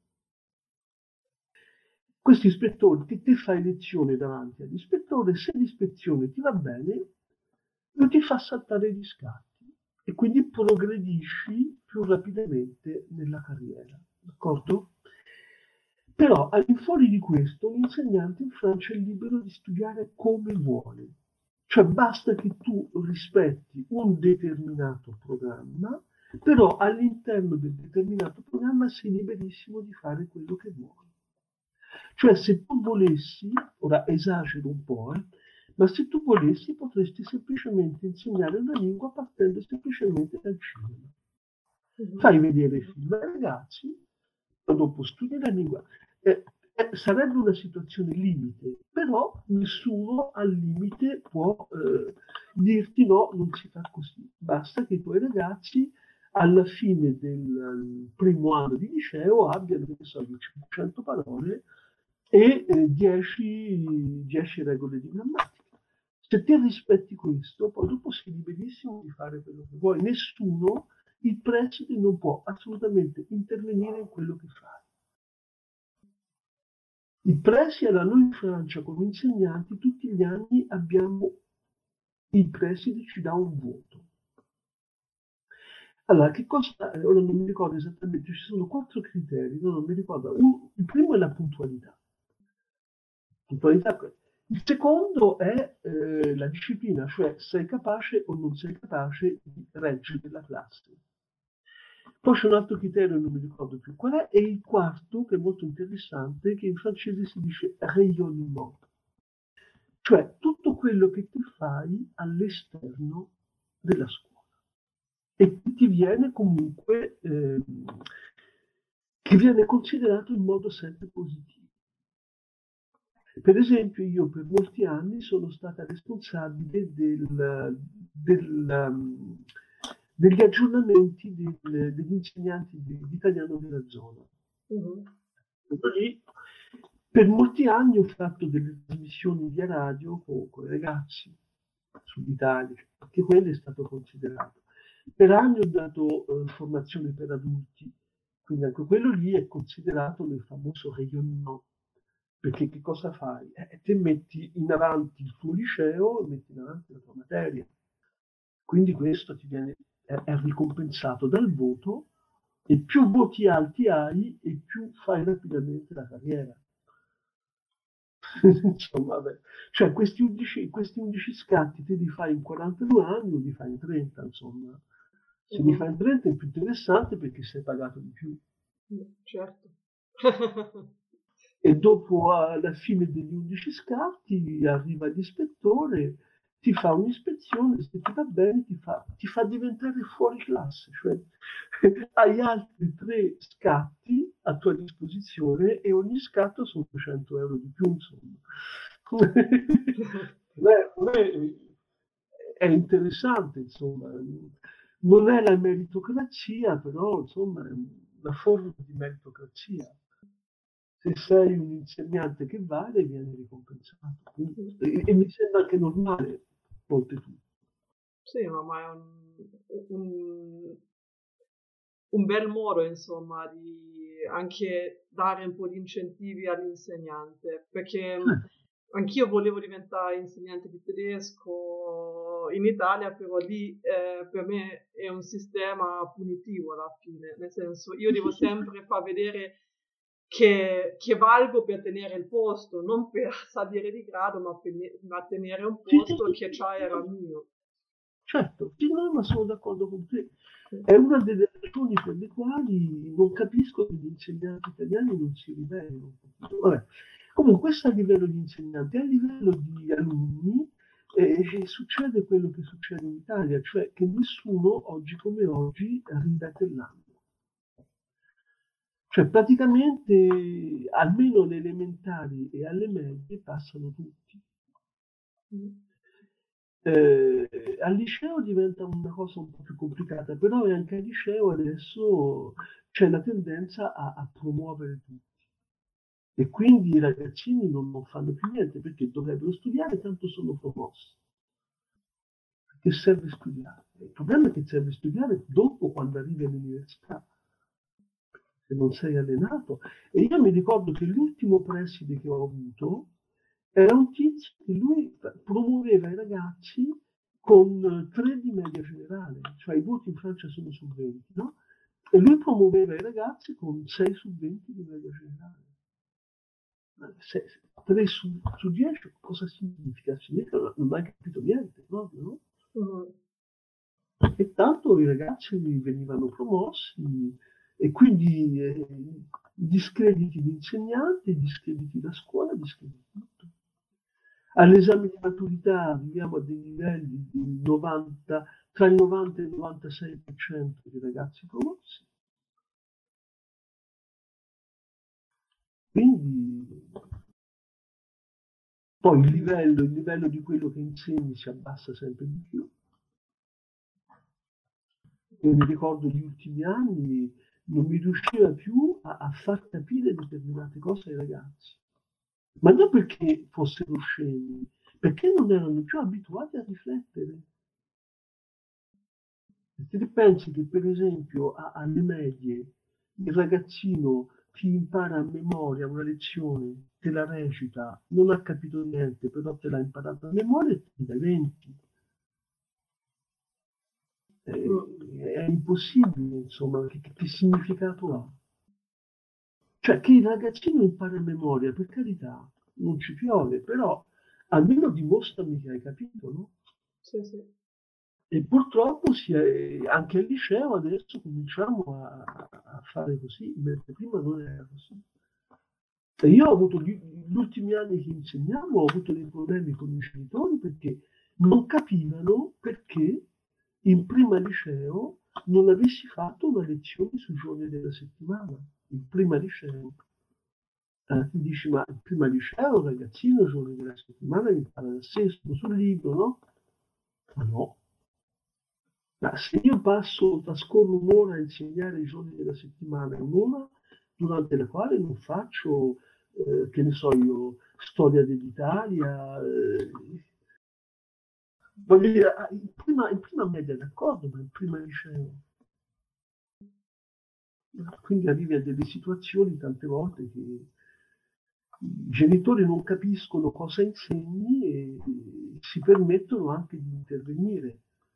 Questo ispettore ti, ti fai lezione davanti all'ispettore, se l'ispezione ti va bene, lo ti fa saltare gli scatti e quindi progredisci più rapidamente nella carriera. D'accordo? Però al di fuori di questo, un insegnante in Francia è libero di studiare come vuole. Cioè basta che tu rispetti un determinato programma, però all'interno del determinato programma sei liberissimo di fare quello che vuoi. Cioè se tu volessi, ora esagero un po', eh, ma se tu volessi potresti semplicemente insegnare una lingua partendo semplicemente dal cinema. Mhm. Fai vedere film ai ragazzi, poi dopo studi la lingua. Eh, eh, sarebbe una situazione limite, però nessuno al limite può eh, dirti no, non si fa così. Basta che i tuoi ragazzi alla fine del eh, primo anno di liceo abbiano, che ne so, cinquecento parole e eh, dieci, dieci regole di grammatica. Se ti rispetti questo, poi dopo sei liberissimo di fare quello che vuoi. Nessuno, il preside non può assolutamente intervenire in quello che fai. Il preside, noi in Francia come insegnanti tutti gli anni abbiamo, il preside ci dà un voto. Allora, che cosa, ora non mi ricordo esattamente, ci sono quattro criteri, no, non mi ricordo. Un, il primo è la puntualità. Puntualità. Il secondo è eh, la disciplina, cioè sei capace o non sei capace di reggere la classe. Poi c'è un altro criterio, non mi ricordo più qual è, e il quarto, che è molto interessante, che in francese si dice rayonnement, cioè tutto quello che tu fai all'esterno della scuola e che ti viene comunque, eh, che viene considerato in modo sempre positivo. Per esempio, io per molti anni sono stata responsabile del, del, um, degli aggiornamenti del, degli insegnanti di, di italiano della zona. Mhm. Lì, per molti anni ho fatto delle trasmissioni via radio con, con i ragazzi sull'Italia, perché quello è stato considerato. Per anni ho dato eh, formazione per adulti, quindi anche quello lì è considerato nel famoso rayonnement. Perché che cosa fai? Eh, te metti in avanti il tuo liceo e metti in avanti la tua materia. Quindi questo ti viene, è, è ricompensato dal voto e più voti alti hai e più fai rapidamente la carriera. Insomma, vabbè. Cioè questi undici, questi undici scatti te li fai in quarantadue anni o li fai in trenta, insomma. Se li Mhm. fai in trenta è più interessante perché sei pagato di più. Certo. E dopo, alla fine degli undici scatti, arriva l'ispettore, ti fa un'ispezione, se ti va bene ti fa, ti fa diventare fuori classe, cioè hai altri tre scatti a tua disposizione e ogni scatto sono duecento euro di più, insomma. Beh, beh, è interessante, insomma. Non è la meritocrazia, però, insomma, è una forma di meritocrazia. Se sei un insegnante che vale, viene ricompensato. E, e mi sembra anche normale, oltretutto. Sì, ma, ma è un, un- un bel modo, insomma, di anche dare un po' di incentivi all'insegnante, perché Eh, anch'io volevo diventare insegnante di tedesco in Italia, però lì eh, per me è un sistema punitivo alla fine, nel senso io sì, devo sì, sì. sempre far vedere che, che valgo per tenere il posto, non per salire di grado, ma per ma tenere un Sì, sì, posto sì, che sì, già era sì. mio. Certo, sì, no, ma sono d'accordo con te. È una delle ragioni per le quali non capisco che gli insegnanti italiani non si ribellino. Vabbè. Comunque, questo a livello di insegnanti, a livello di alunni, eh, succede quello che succede in Italia, cioè che nessuno, oggi come oggi, ripete l'anno. Cioè, praticamente, almeno alle elementari e alle medie passano tutti. Mm. Eh, al liceo diventa una cosa un po' più complicata, però anche al liceo adesso c'è la tendenza a, a promuovere tutti. E quindi i ragazzini non, non fanno più niente perché dovrebbero studiare, tanto sono promossi. Che serve studiare? Il problema è che serve studiare dopo, quando arrivi all'università, se non sei allenato. E io mi ricordo che l'ultimo preside che ho avuto era un tizio che lui promuoveva i ragazzi con tre di media generale, cioè i voti in Francia sono su venti, no? E lui promuoveva i ragazzi con sei su venti di media generale. tre su, su dieci cosa significa? Significa che non hai capito niente proprio, no? Mm. E tanto i ragazzi venivano promossi e quindi eh, discrediti l'insegnante, discrediti la scuola, discrediti tutto. All'esame di maturità arriviamo a dei livelli di novanta, tra il novanta e il novantasei per cento di ragazzi promossi. Quindi poi il livello, il livello di quello che insegni si abbassa sempre di più. Io mi ricordo gli ultimi anni non mi riusciva più a, a far capire determinate cose ai ragazzi. Ma non perché fossero scemi, perché non erano più abituati a riflettere. Se ti pensi che per esempio a- alle medie il ragazzino ti impara a memoria una lezione, te la recita, non ha capito niente, però te l'ha imparata a memoria e ti dai venti. Mm. Eh, è impossibile, insomma, che, che significato ha? Cioè che il ragazzino impara a memoria, per carità, non ci piove, però almeno dimostrami che hai capito, no? Sì, sì. E purtroppo si è- anche al liceo adesso cominciamo a, a fare così, mentre prima non era così. E io ho avuto gli, gli ultimi anni che insegnavo, ho avuto dei problemi con i genitori perché non capivano perché in prima liceo non avessi fatto una lezione sui giorni della settimana. In prima liceo. Eh, ti dici, ma in prima liceo, un ragazzino, giorni della settimana, impara dal sesto sul libro, no? Ma no. Ma se io passo, trascorro un'ora a insegnare i giorni della settimana, un'ora durante la quale non faccio, eh, che ne so io, storia dell'Italia, eh, voglio dire, ah, in prima, in prima media d'accordo, ma in prima liceo. Quindi arrivi a delle situazioni tante volte che i genitori non capiscono cosa insegni e si permettono anche di intervenire.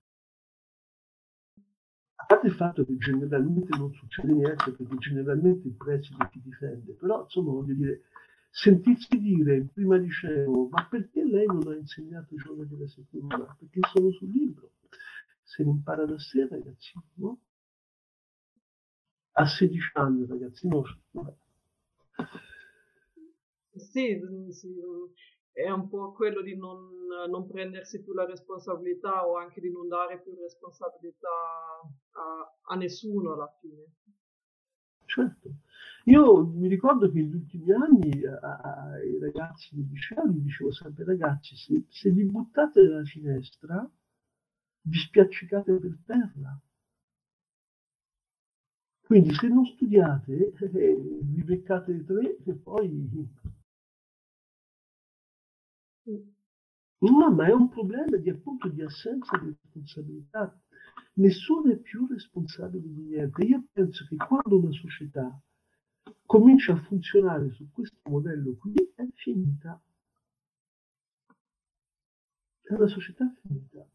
A parte il fatto che generalmente non succede niente, perché generalmente il preside ti difende, però insomma voglio dire, sentirsi dire in prima liceo, ma perché lei non ha insegnato i giorni della settimana? Perché sono sul libro. Se ne impara da sé, ragazzino, no? A sedici anni, ragazzino. Sì, mm, sì, mm, è un po' quello di non, non prendersi più la responsabilità o anche di non dare più responsabilità a, a nessuno alla fine. Certo. Io mi ricordo che negli ultimi anni a- a- ai ragazzi del liceo gli dicevo sempre, ragazzi, se, se vi buttate dalla finestra, vi spiaccicate per terra. Quindi se non studiate, eh, vi beccate tre e poi... Mm. No, ma è un problema di appunto di assenza di responsabilità. Nessuno è più responsabile di niente. Io penso che quando una società comincia a funzionare su questo modello qui, è finita. È una società finita.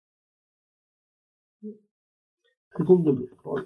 Mm. Secondo me, poi.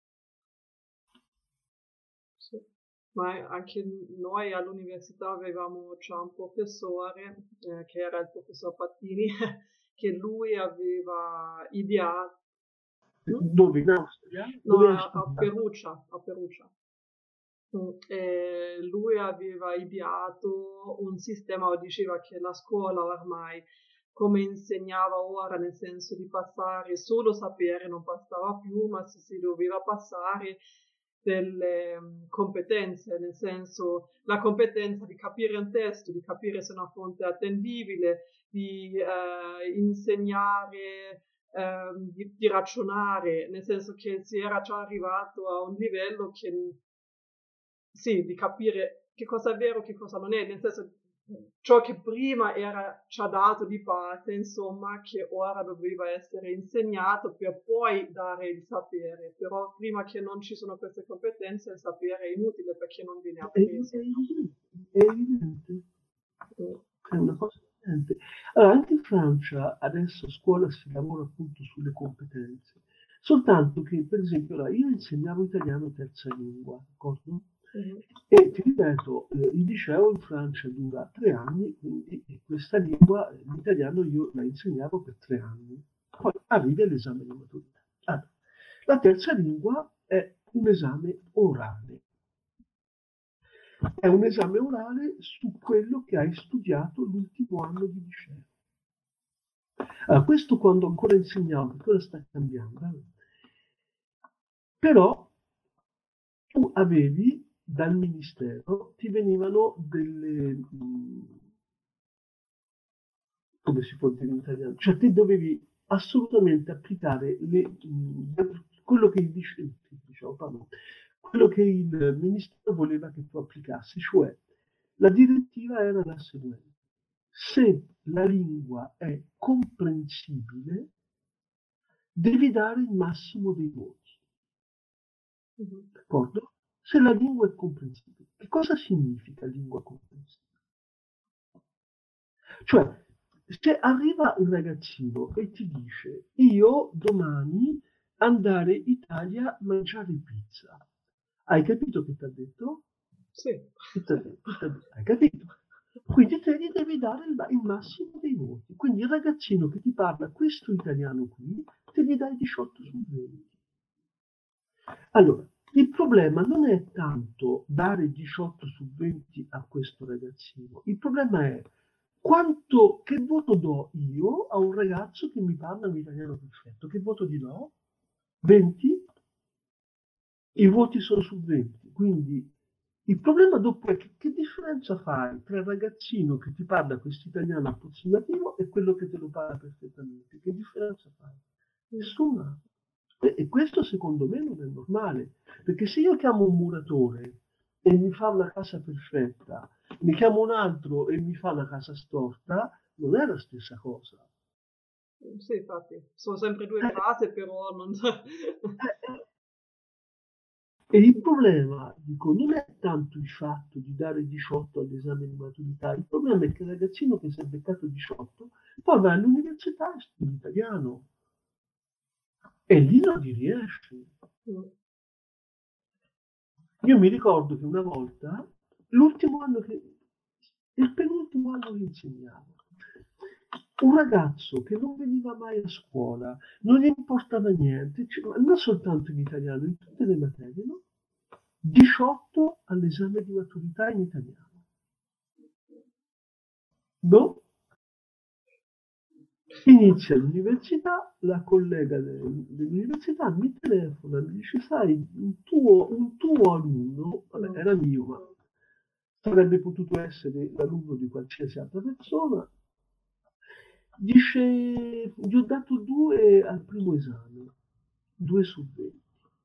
Sì. Ma anche noi all'università avevamo già un professore, eh, che era il professor Pattini, che lui aveva ideato, mm? Dove? In Austria? No, Dove hai a, a studiato? Perugia, a Perugia. Mm, e lui aveva ideato un sistema, diceva che la scuola ormai, come insegnava ora, nel senso di passare solo sapere non bastava più, ma si, si doveva passare delle mm, competenze, nel senso la competenza di capire un testo, di capire se una fonte è attendibile, di eh, insegnare, ehm, di, di ragionare, nel senso che si era già arrivato a un livello che sì, di capire che cosa è vero, che cosa non è, nel senso ciò che prima era già dato di parte, insomma, che ora doveva essere insegnato per poi dare il sapere, però prima che non ci sono queste competenze il sapere è inutile perché non viene È appreso. evidente. È evidente. Mm. È una cosa evidente. Allora, anche in Francia adesso a scuola si lavora appunto sulle competenze, soltanto che, per esempio, ora, io insegnavo italiano terza lingua, d'accordo? Mhm. E ti ripeto, eh, il liceo in Francia dura tre anni, quindi questa lingua, eh, l'italiano, io la insegnavo per tre anni. Poi arriva l'esame di maturità. Allora, la terza lingua è un esame orale. È un esame orale su quello che hai studiato l'ultimo anno di liceo. Allora, questo quando ancora insegnavo, perché ora sta cambiando, eh. Però tu avevi dal ministero, ti venivano delle, mh, come si può dire in italiano, cioè te dovevi assolutamente applicare le, mh, quello che il, dice- diciamo, pardon, quello che il ministero voleva che tu applicassi, cioè la direttiva era la seguente. Se la lingua è comprensibile, devi dare il massimo dei voti. Mhm. D'accordo? Se la lingua è comprensibile. Che cosa significa lingua comprensibile? Cioè, se arriva un ragazzino e ti dice io domani andare in Italia a mangiare pizza, hai capito che ti ha detto? Sì. Che t'ha detto? T'ha detto, hai capito? Quindi te gli devi dare il, il massimo dei voti. Quindi il ragazzino che ti parla questo italiano qui, te gli dai diciotto su venti. Allora, il problema non è tanto dare diciotto su venti a questo ragazzino, il problema è quanto, che voto do io a un ragazzo che mi parla un italiano perfetto? Che voto gli do? venti? I voti sono su venti, quindi il problema dopo è che, che differenza fai tra il ragazzino che ti parla questo italiano approssimativo e quello che te lo parla perfettamente? Che differenza fai? Nessuna. E, e questo secondo me non è normale, perché se io chiamo un muratore e mi fa una casa perfetta, ne chiamo un altro e mi fa una casa storta, non è la stessa cosa. Sì, infatti, sono sempre due Eh, case, però non... eh, eh. E il problema, dico, non è tanto il fatto di dare diciotto all'esame di maturità, il problema è che il ragazzino che si è beccato diciotto poi va all'università e studia italiano e lì non gli riesce. Mm. Io mi ricordo che una volta, l'ultimo anno che, il penultimo anno li insegnavo. Un ragazzo che non veniva mai a scuola, non gli importava niente, cioè, non soltanto in italiano, in tutte le materie, no? diciotto all'esame di maturità in italiano. No? Inizia l'università, la collega dell'università mi telefona, mi dice, sai, un tuo, un tuo alunno, vabbè, era mio, ma sarebbe potuto essere l'alunno di qualsiasi altra persona, dice, gli ho dato due al primo esame, due su venti.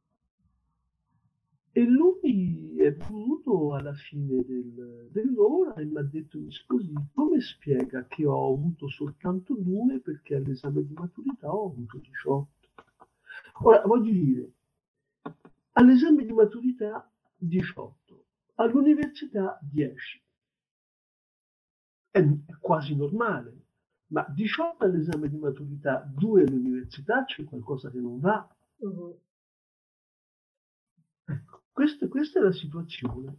E lui è venuto alla fine del, dell'ora e mi ha detto, mi scusi, come spiega che ho avuto soltanto due perché all'esame di maturità ho avuto diciotto? Ora, voglio dire, all'esame di maturità diciotto, all'università dieci. È, è quasi normale, ma diciotto all'esame di maturità, due all'università, c'è qualcosa che non va. Uh-huh. Ecco. Questa, questa è la situazione.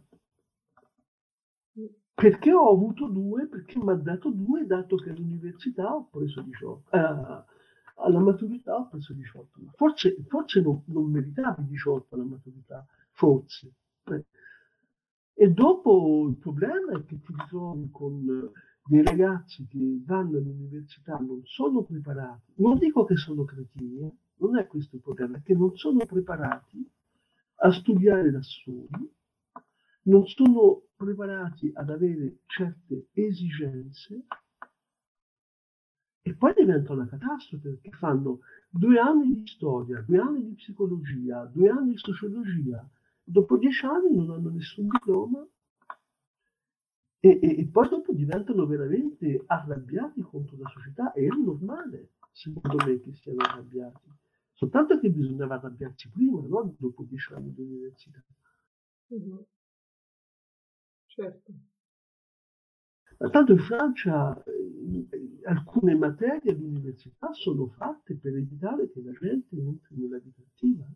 Perché ho avuto due? Perché mi ha dato due, dato che all'università ho preso diciotto. Eh, alla maturità ho preso diciotto. Forse, forse non, non meritavi diciotto alla maturità, forse. Eh. E dopo il problema è che ti ritrovi con dei ragazzi che vanno all'università, non sono preparati. Non dico che sono cretini, eh? Non è questo il problema, è che non sono preparati a studiare da soli, non sono preparati ad avere certe esigenze e poi diventa una catastrofe perché fanno due anni di storia, due anni di psicologia, due anni di sociologia, dopo dieci anni non hanno nessun diploma e, e, e poi dopo diventano veramente arrabbiati contro la società. E è normale, secondo me, che siano arrabbiati. Soltanto che bisognava arrabbiarsi prima, non dopo dieci anni di università. Mm-hmm. Certo. Tanto in Francia eh, alcune materie all'università sono fatte per evitare che la gente entri nella vita attiva.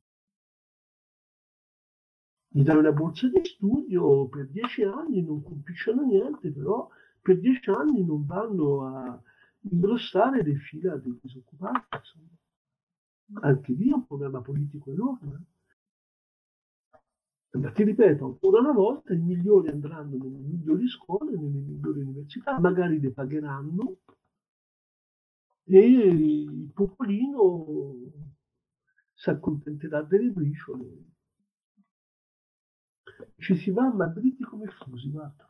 Gli dai una borsa di studio per dieci anni, non compicciano niente, però per dieci anni non vanno a ingrossare le fila dei disoccupati. Insomma. Anche lì è un problema politico enorme. Ma ti ripeto, ancora una volta i migliori andranno nelle migliori scuole, nelle migliori università, magari le pagheranno e il popolino si accontenterà delle briciole. Ci si va a Madrid come fusi, guarda.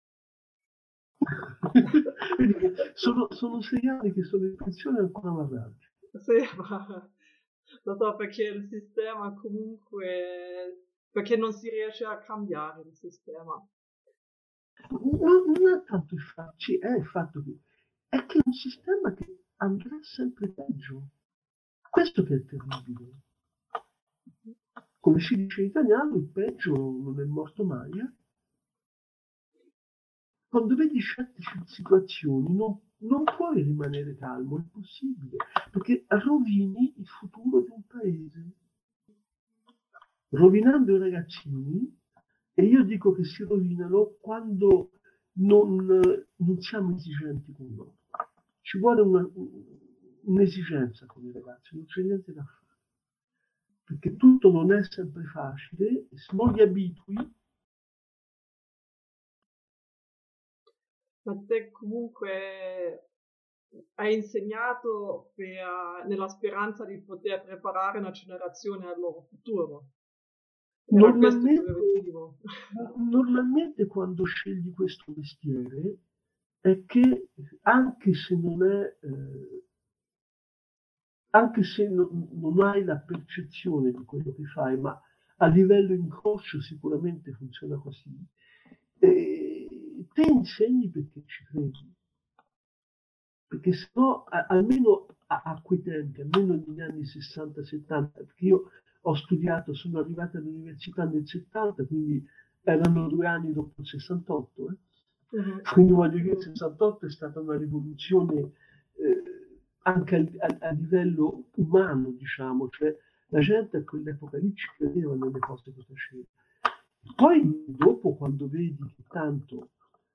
sono, sono sei anni che sono in pensione e ancora vado. Sì, ma lo so perché il sistema comunque, perché non si riesce a cambiare il sistema. Non, non è tanto il fatto, sì, è il fatto che è che è un sistema che andrà sempre peggio. Questo che è terribile. Come si dice in italiano, il peggio non è morto mai. Eh? Quando vedi certe situazioni non, non puoi rimanere calmo, è impossibile, perché rovini il futuro di un paese. Rovinando i ragazzini, e io dico che si rovinano quando non, non siamo esigenti con loro. Ci vuole una, un'esigenza con i ragazzi, non c'è niente da fare. Perché tutto non è sempre facile, e se non li abitui. Ma te comunque hai insegnato per, nella speranza di poter preparare una generazione al loro futuro. Era Normalmente, questo l'obiettivo. normalmente quando scegli questo mestiere è che anche se non è eh, anche se non, non hai la percezione di quello che fai, ma a livello inconscio sicuramente funziona così, eh, te insegni perché ci credi. Perché se no, a, almeno a, a quei tempi, almeno negli anni sessanta settanta, perché io ho studiato, sono arrivato all'università nel settanta, quindi erano due anni dopo il sessantotto. Eh? Uh-huh. Quindi voglio dire, il sessantotto è stata una rivoluzione eh, anche a, a, a livello umano, diciamo, cioè la gente a quell'epoca lì ci credeva nelle cose che faceva. Poi dopo, quando vedi che tanto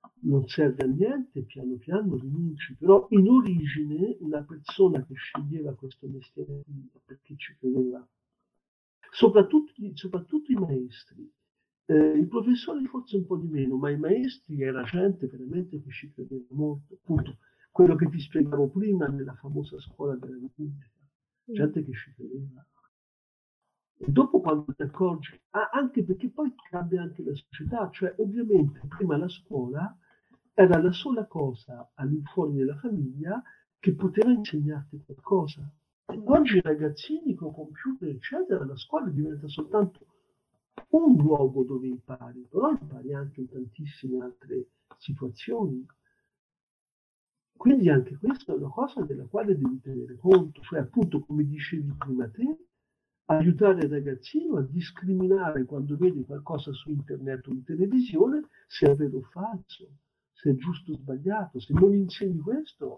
non serve a niente, piano piano rinunci, però in origine una persona che sceglieva questo mestiere perché ci credeva, soprattutto, soprattutto i maestri, eh, i professori forse un po' di meno, ma i maestri era gente veramente che ci credeva molto, appunto quello che ti spiegavo prima nella famosa scuola della Repubblica, gente che ci credeva. E dopo quando ti accorgi, ah, anche perché poi cambia anche la società, cioè ovviamente prima la scuola era la sola cosa all'infuori della famiglia che poteva insegnarti qualcosa. E oggi i ragazzini con computer, eccetera, la scuola diventa soltanto un luogo dove impari, però impari anche in tantissime altre situazioni. Quindi anche questa è una cosa della quale devi tenere conto, cioè appunto come dicevi prima te, aiutare il ragazzino a discriminare quando vede qualcosa su internet o in televisione se è vero o falso, se è giusto o sbagliato. Se non insegni questo,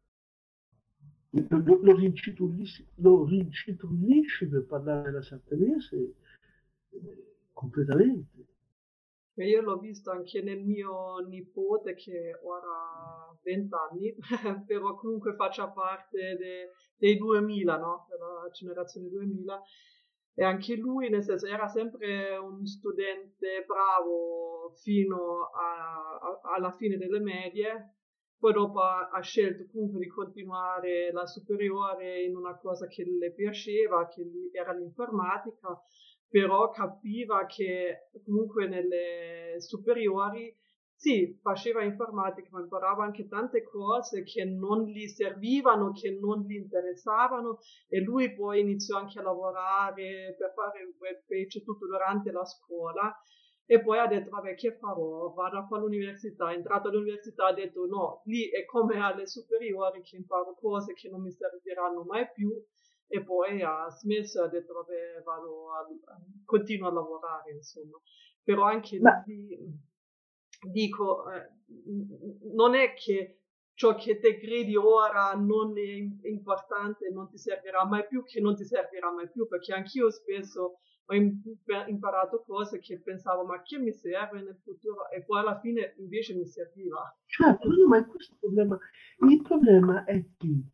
lo, lo, rincitullisci, lo rincitullisci, per parlare alla sardanese, eh, completamente. E io l'ho visto anche nel mio nipote che ora ha venti anni, però comunque faccia parte de, dei duemila, no? Della generazione duemila. E anche lui, nel senso, era sempre un studente bravo fino a, a, alla fine delle medie, poi dopo ha, ha scelto comunque di continuare la superiore in una cosa che le piaceva, che era l'informatica, però capiva che comunque nelle superiori sì, faceva informatica, ma imparava anche tante cose che non gli servivano, che non gli interessavano, e lui poi iniziò anche a lavorare per fare web page tutto durante la scuola. E poi ha detto, vabbè, che farò? Vado a fare l'università. È entrato all'università, ha detto, no, lì è come alle superiori che imparo cose che non mi serviranno mai più. E poi ha smesso e ha detto, vabbè, vado a, a, continuo a lavorare, insomma. Però anche Ma lì, dico, eh, non è che ciò che te credi ora non è importante, non ti servirà mai più, che non ti servirà mai più, perché anch'io spesso ho imparato cose che pensavo, ma che mi serve nel futuro? E poi alla fine invece mi serviva. certo, no, ma è questo il problema. Il problema è che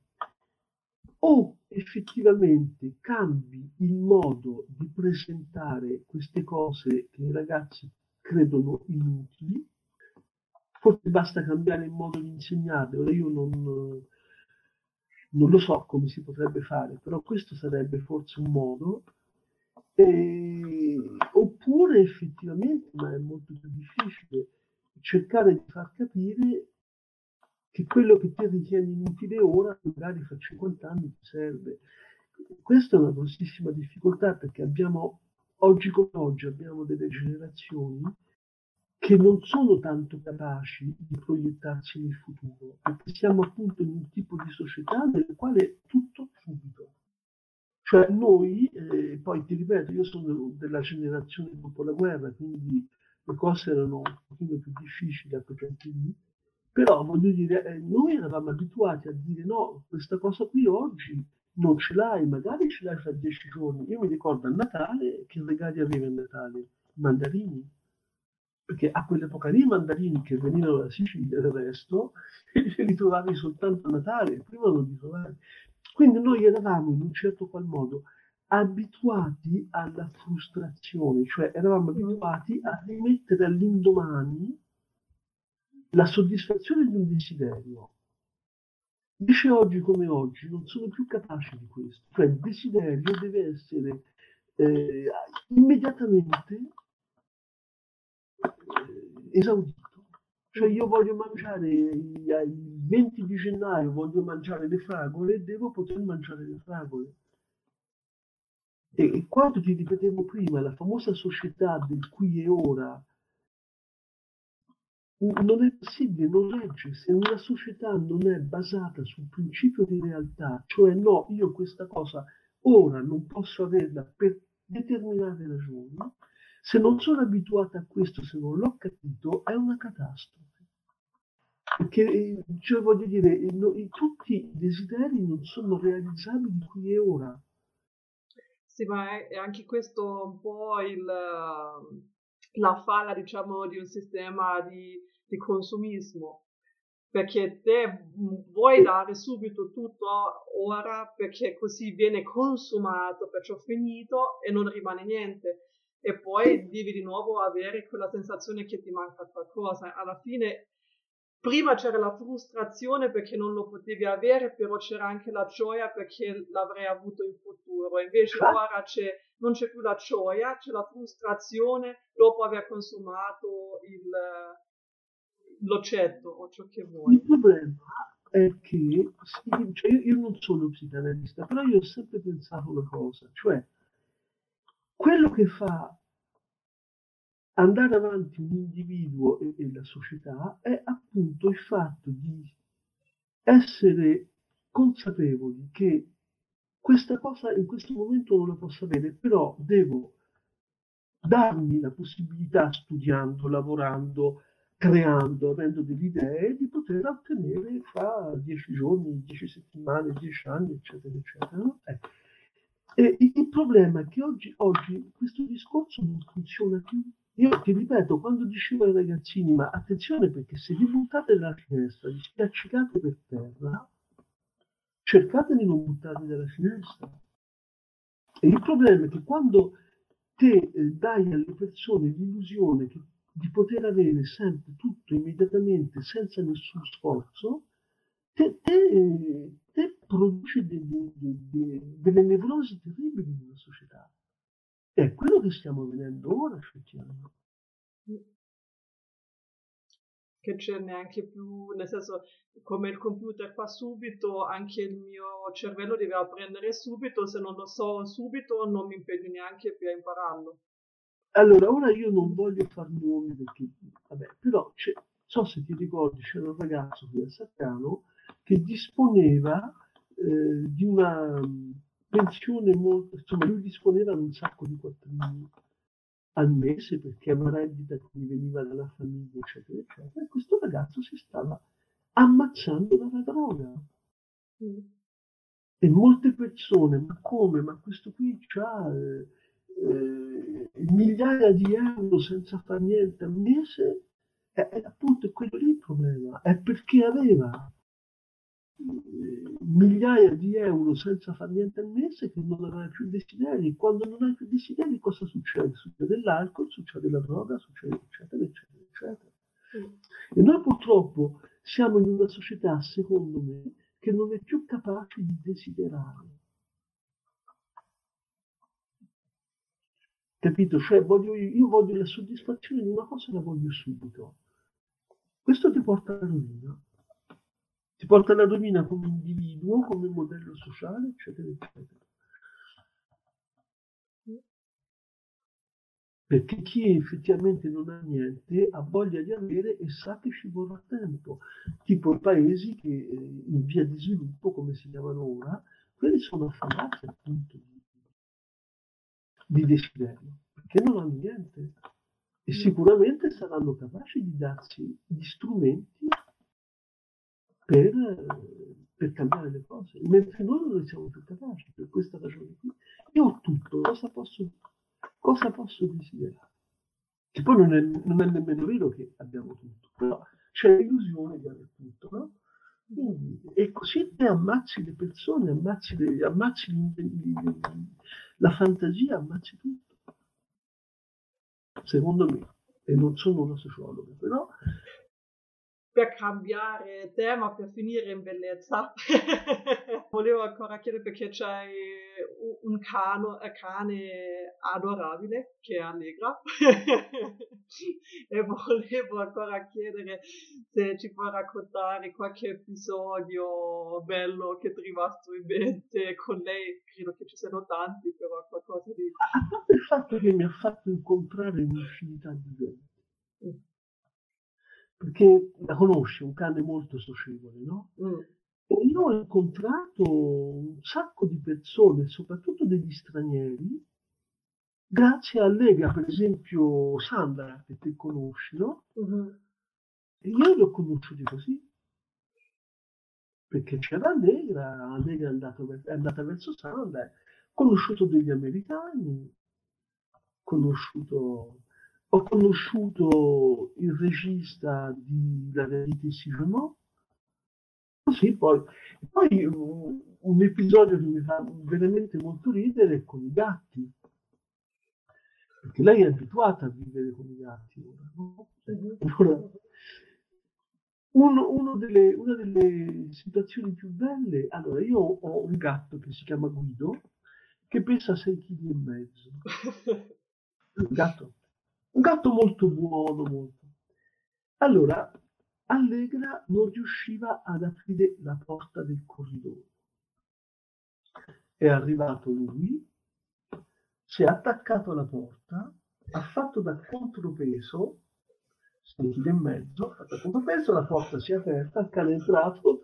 o effettivamente cambi il modo di presentare queste cose che i ragazzi credono inutili, forse basta cambiare il modo di insegnarle. Ora io non, non lo so come si potrebbe fare, però questo sarebbe forse un modo. E, oppure effettivamente, ma è molto più difficile, cercare di far capire che quello che te ritieni inutile ora, magari fra cinquanta anni ti serve. Questa è una grossissima difficoltà perché abbiamo, oggi come oggi, abbiamo delle generazioni che non sono tanto capaci di proiettarsi nel futuro, perché siamo appunto in un tipo di società nel quale tutto subito. Cioè noi, eh, poi ti ripeto, io sono della generazione dopo la guerra, quindi le cose erano un pochino più difficili a quei tempi lì, però voglio dire, eh, noi eravamo abituati a dire no, questa cosa qui oggi non ce l'hai, magari ce l'hai fra dieci giorni. Io mi ricordo a Natale che regali aveva a Natale? I mandarini. Perché a quell'epoca lì i mandarini che venivano da Sicilia del resto, li trovavi soltanto a Natale, prima non li trovavi. Quindi noi eravamo in un certo qual modo abituati alla frustrazione, cioè eravamo abituati a rimettere all'indomani la soddisfazione di un desiderio. Invece oggi come oggi non sono più capaci di questo, cioè il desiderio deve essere eh, immediatamente eh, esaudito. Cioè io voglio mangiare il venti di gennaio, voglio mangiare le fragole e devo poter mangiare le fragole. E, e quando ti ripetevo prima, la famosa società del qui e ora, non è possibile, non regge. Se una società non è basata sul principio di realtà, cioè no, io questa cosa ora non posso averla per determinate ragioni, se non sono abituata a questo, se non l'ho capito, è una catastrofe. Perché, cioè, voglio dire, no, tutti i desideri non sono realizzabili qui e ora. Sì, ma è, è anche questo un po' il, la falla, diciamo, di un sistema di di consumismo, perché te vuoi dare subito tutto ora, perché così viene consumato, perciò finito e non rimane niente. E poi devi di nuovo avere quella sensazione che ti manca qualcosa. Alla fine, prima c'era la frustrazione perché non lo potevi avere, però c'era anche la gioia perché l'avrei avuto in futuro. Invece ora c'è, non c'è più la gioia, c'è la frustrazione dopo aver consumato il, l'oggetto o ciò che vuoi. Il problema è che, sì, cioè io, io non sono psicanalista, però io ho sempre pensato una cosa, cioè quello che fa andare avanti un individuo e, e la società è appunto il fatto di essere consapevoli che questa cosa in questo momento non la posso avere, però devo darmi la possibilità, studiando, lavorando, creando, avendo delle idee, di poter ottenere fra dieci giorni, dieci settimane, dieci anni, eccetera, eccetera. No? Eh. E il problema è che oggi, oggi questo discorso non funziona più. Io ti ripeto, quando dicevo ai ragazzini, ma attenzione perché se vi buttate dalla finestra, vi spiaccicate per terra, cercate di non buttarvi dalla finestra. E il problema è che quando te eh, dai alle persone l'illusione che, di poter avere sempre tutto immediatamente senza nessun sforzo, te, te, te produci de, de, de, de, delle nevrosi terribili nella società. È quello che stiamo vedendo ora, effettivamente. Che c'è neanche più, nel senso, come il computer fa subito, anche il mio cervello deve apprendere subito, se non lo so subito non mi impegno neanche più a impararlo. Allora, ora io non voglio far nomi perché, vabbè, però so se ti ricordi, c'era un ragazzo qui a Saccano che disponeva eh, di una pensione molto, insomma, lui disponeva di un sacco di quattrini al mese perché è una rendita che gli veniva dalla famiglia, eccetera, eccetera. E questo ragazzo si stava ammazzando dalla droga. Mm. E molte persone, ma come? Ma questo qui c'ha eh, eh, migliaia di euro senza fare niente al mese? E, e appunto è quello lì il problema, è perché aveva migliaia di euro senza fare niente al mese che non aveva più desideri. Quando non hai più desideri cosa succede? Succede l'alcol, succede la droga, succede eccetera eccetera eccetera. Mm. E noi purtroppo siamo in una società, secondo me, che non è più capace di desiderare. Capito? Cioè voglio, io voglio la soddisfazione di una cosa e la voglio subito. Questo ti porta alla rovina. Ti porta alla rovina come individuo, come modello sociale, eccetera, eccetera. Perché chi effettivamente non ha niente ha voglia di avere e sa che ci vorrà tempo. Tipo i paesi che in via di sviluppo, come si chiamano ora, quelli sono affamati appunto di, di desiderio, perché non hanno niente. E sicuramente saranno capaci di darsi gli strumenti Per, per cambiare le cose, mentre noi non ne siamo più capaci, per questa ragione qui. Io ho tutto, cosa posso, cosa posso desiderare? Che poi non è, non è nemmeno vero che abbiamo tutto, però c'è l'illusione di avere tutto, no? Quindi, e così te ammazzi le persone, ammazzi, le, ammazzi la fantasia, ammazzi tutto. Secondo me, e non sono una sociologa, però per cambiare tema, per finire in bellezza, volevo ancora chiedere perché c'hai un cano, un cane adorabile che è Allegra e volevo ancora chiedere se ci puoi raccontare qualche episodio bello che ti è rimasto in mente con lei. Credo che ci siano tanti, però qualcosa di... A parte il fatto che mi ha fatto incontrare un'infinità di gente. Mm. Perché la conosci, un cane molto socievole, no? Mm. E io ho incontrato un sacco di persone, soprattutto degli stranieri, grazie a Allegra, per esempio Sandra, che te conosci, no? Mm-hmm. E io li ho conosciuti così. Perché c'era Allegra, Allegra è andata, è andata verso Sandra, ho conosciuto degli americani, ho conosciuto ho conosciuto il regista di La vérité si je mens. Così poi, poi un, un episodio che mi fa veramente molto ridere è con i gatti, perché lei è abituata a vivere con i gatti ora, no? Allora, uno, uno delle, una delle situazioni più belle, allora io ho un gatto che si chiama Guido, che pesa sei chili e mezzo. Un gatto, un gatto molto buono, molto. Allora, Allegra non riusciva ad aprire la porta del corridoio. È arrivato lui, si è attaccato alla porta, ha fatto da contropeso, sei chili e mezzo, ha fatto da contropeso, la porta si è aperta, il cane è entrato.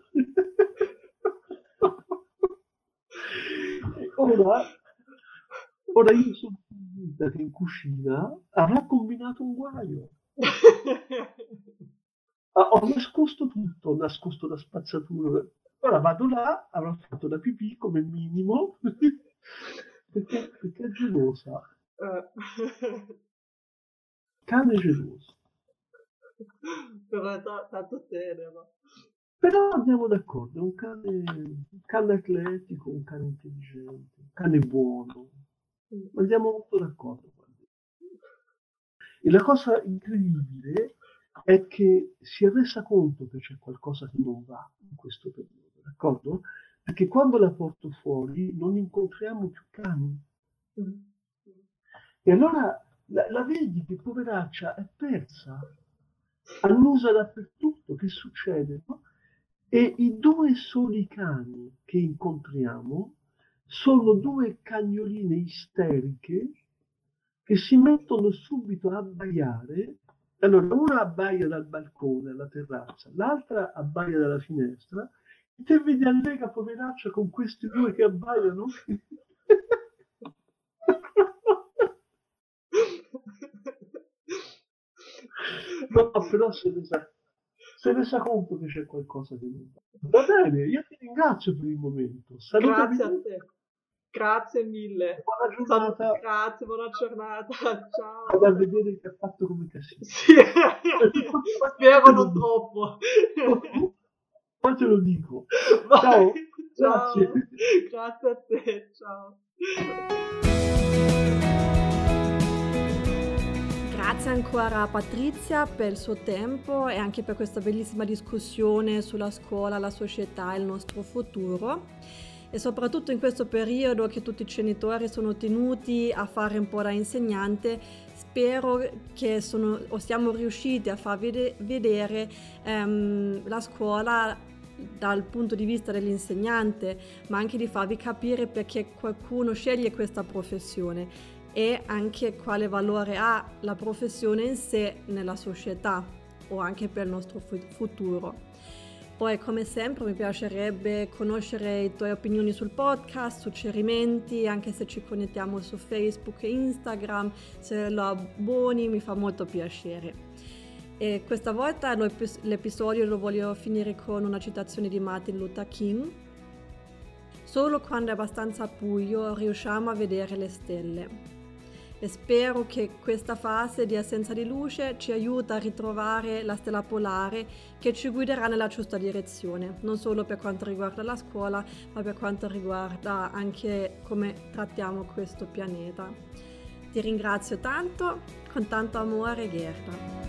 ora, ora io sono convinta che in cucina avrà combinato un guaio. Ah, ho nascosto tutto, ho nascosto la spazzatura. Ora vado là, avrò fatto la pipì come minimo, perché, perché è gelosa. Cane geloso. Però è t- tanto tenero. Però andiamo d'accordo, è un cane, un cane atletico, un cane intelligente, un cane buono. Andiamo molto d'accordo. E la cosa incredibile è che si è resa conto che c'è qualcosa che non va in questo periodo, d'accordo? Perché quando la porto fuori non incontriamo più cani. Mm. E allora la, la vedi che poveraccia è persa, annusa dappertutto, che succede? No? E i due soli cani che incontriamo sono due cagnoline isteriche che si mettono subito a abbaiare. Allora, una abbaia dal balcone alla terrazza, l'altra abbaia dalla finestra, e te vedi Allegra poveraccia con questi due che abbaiano. No, però si è resa, si è resa conto che c'è qualcosa che non va. Va bene, io ti ringrazio per il momento. Salutami. Grazie a te. Grazie mille. Buona giornata. Sal- grazie, buona giornata. Ciao. Vado a vedere che ha fatto come casino. Sì. Spero non troppo. Poi te lo dico. Vai. Ciao. Ciao. Grazie. Grazie a te. Ciao. Grazie ancora a Patrizia per il suo tempo e anche per questa bellissima discussione sulla scuola, la società e il nostro futuro. E soprattutto in questo periodo che tutti i genitori sono tenuti a fare un po' da insegnante, spero che sono, o siamo riusciti a far vede, vedere ehm, la scuola dal punto di vista dell'insegnante, ma anche di farvi capire perché qualcuno sceglie questa professione e anche quale valore ha la professione in sé nella società o anche per il nostro futuro. Poi, come sempre, mi piacerebbe conoscere le tue opinioni sul podcast, suggerimenti, anche se ci connettiamo su Facebook e Instagram, se lo abboni mi fa molto piacere. E questa volta l'episodio lo voglio finire con una citazione di Martin Luther King. Solo quando è abbastanza buio riusciamo a vedere le stelle. E spero che questa fase di assenza di luce ci aiuta a ritrovare la stella polare che ci guiderà nella giusta direzione, non solo per quanto riguarda la scuola, ma per quanto riguarda anche come trattiamo questo pianeta. Ti ringrazio tanto, con tanto amore, Gerda.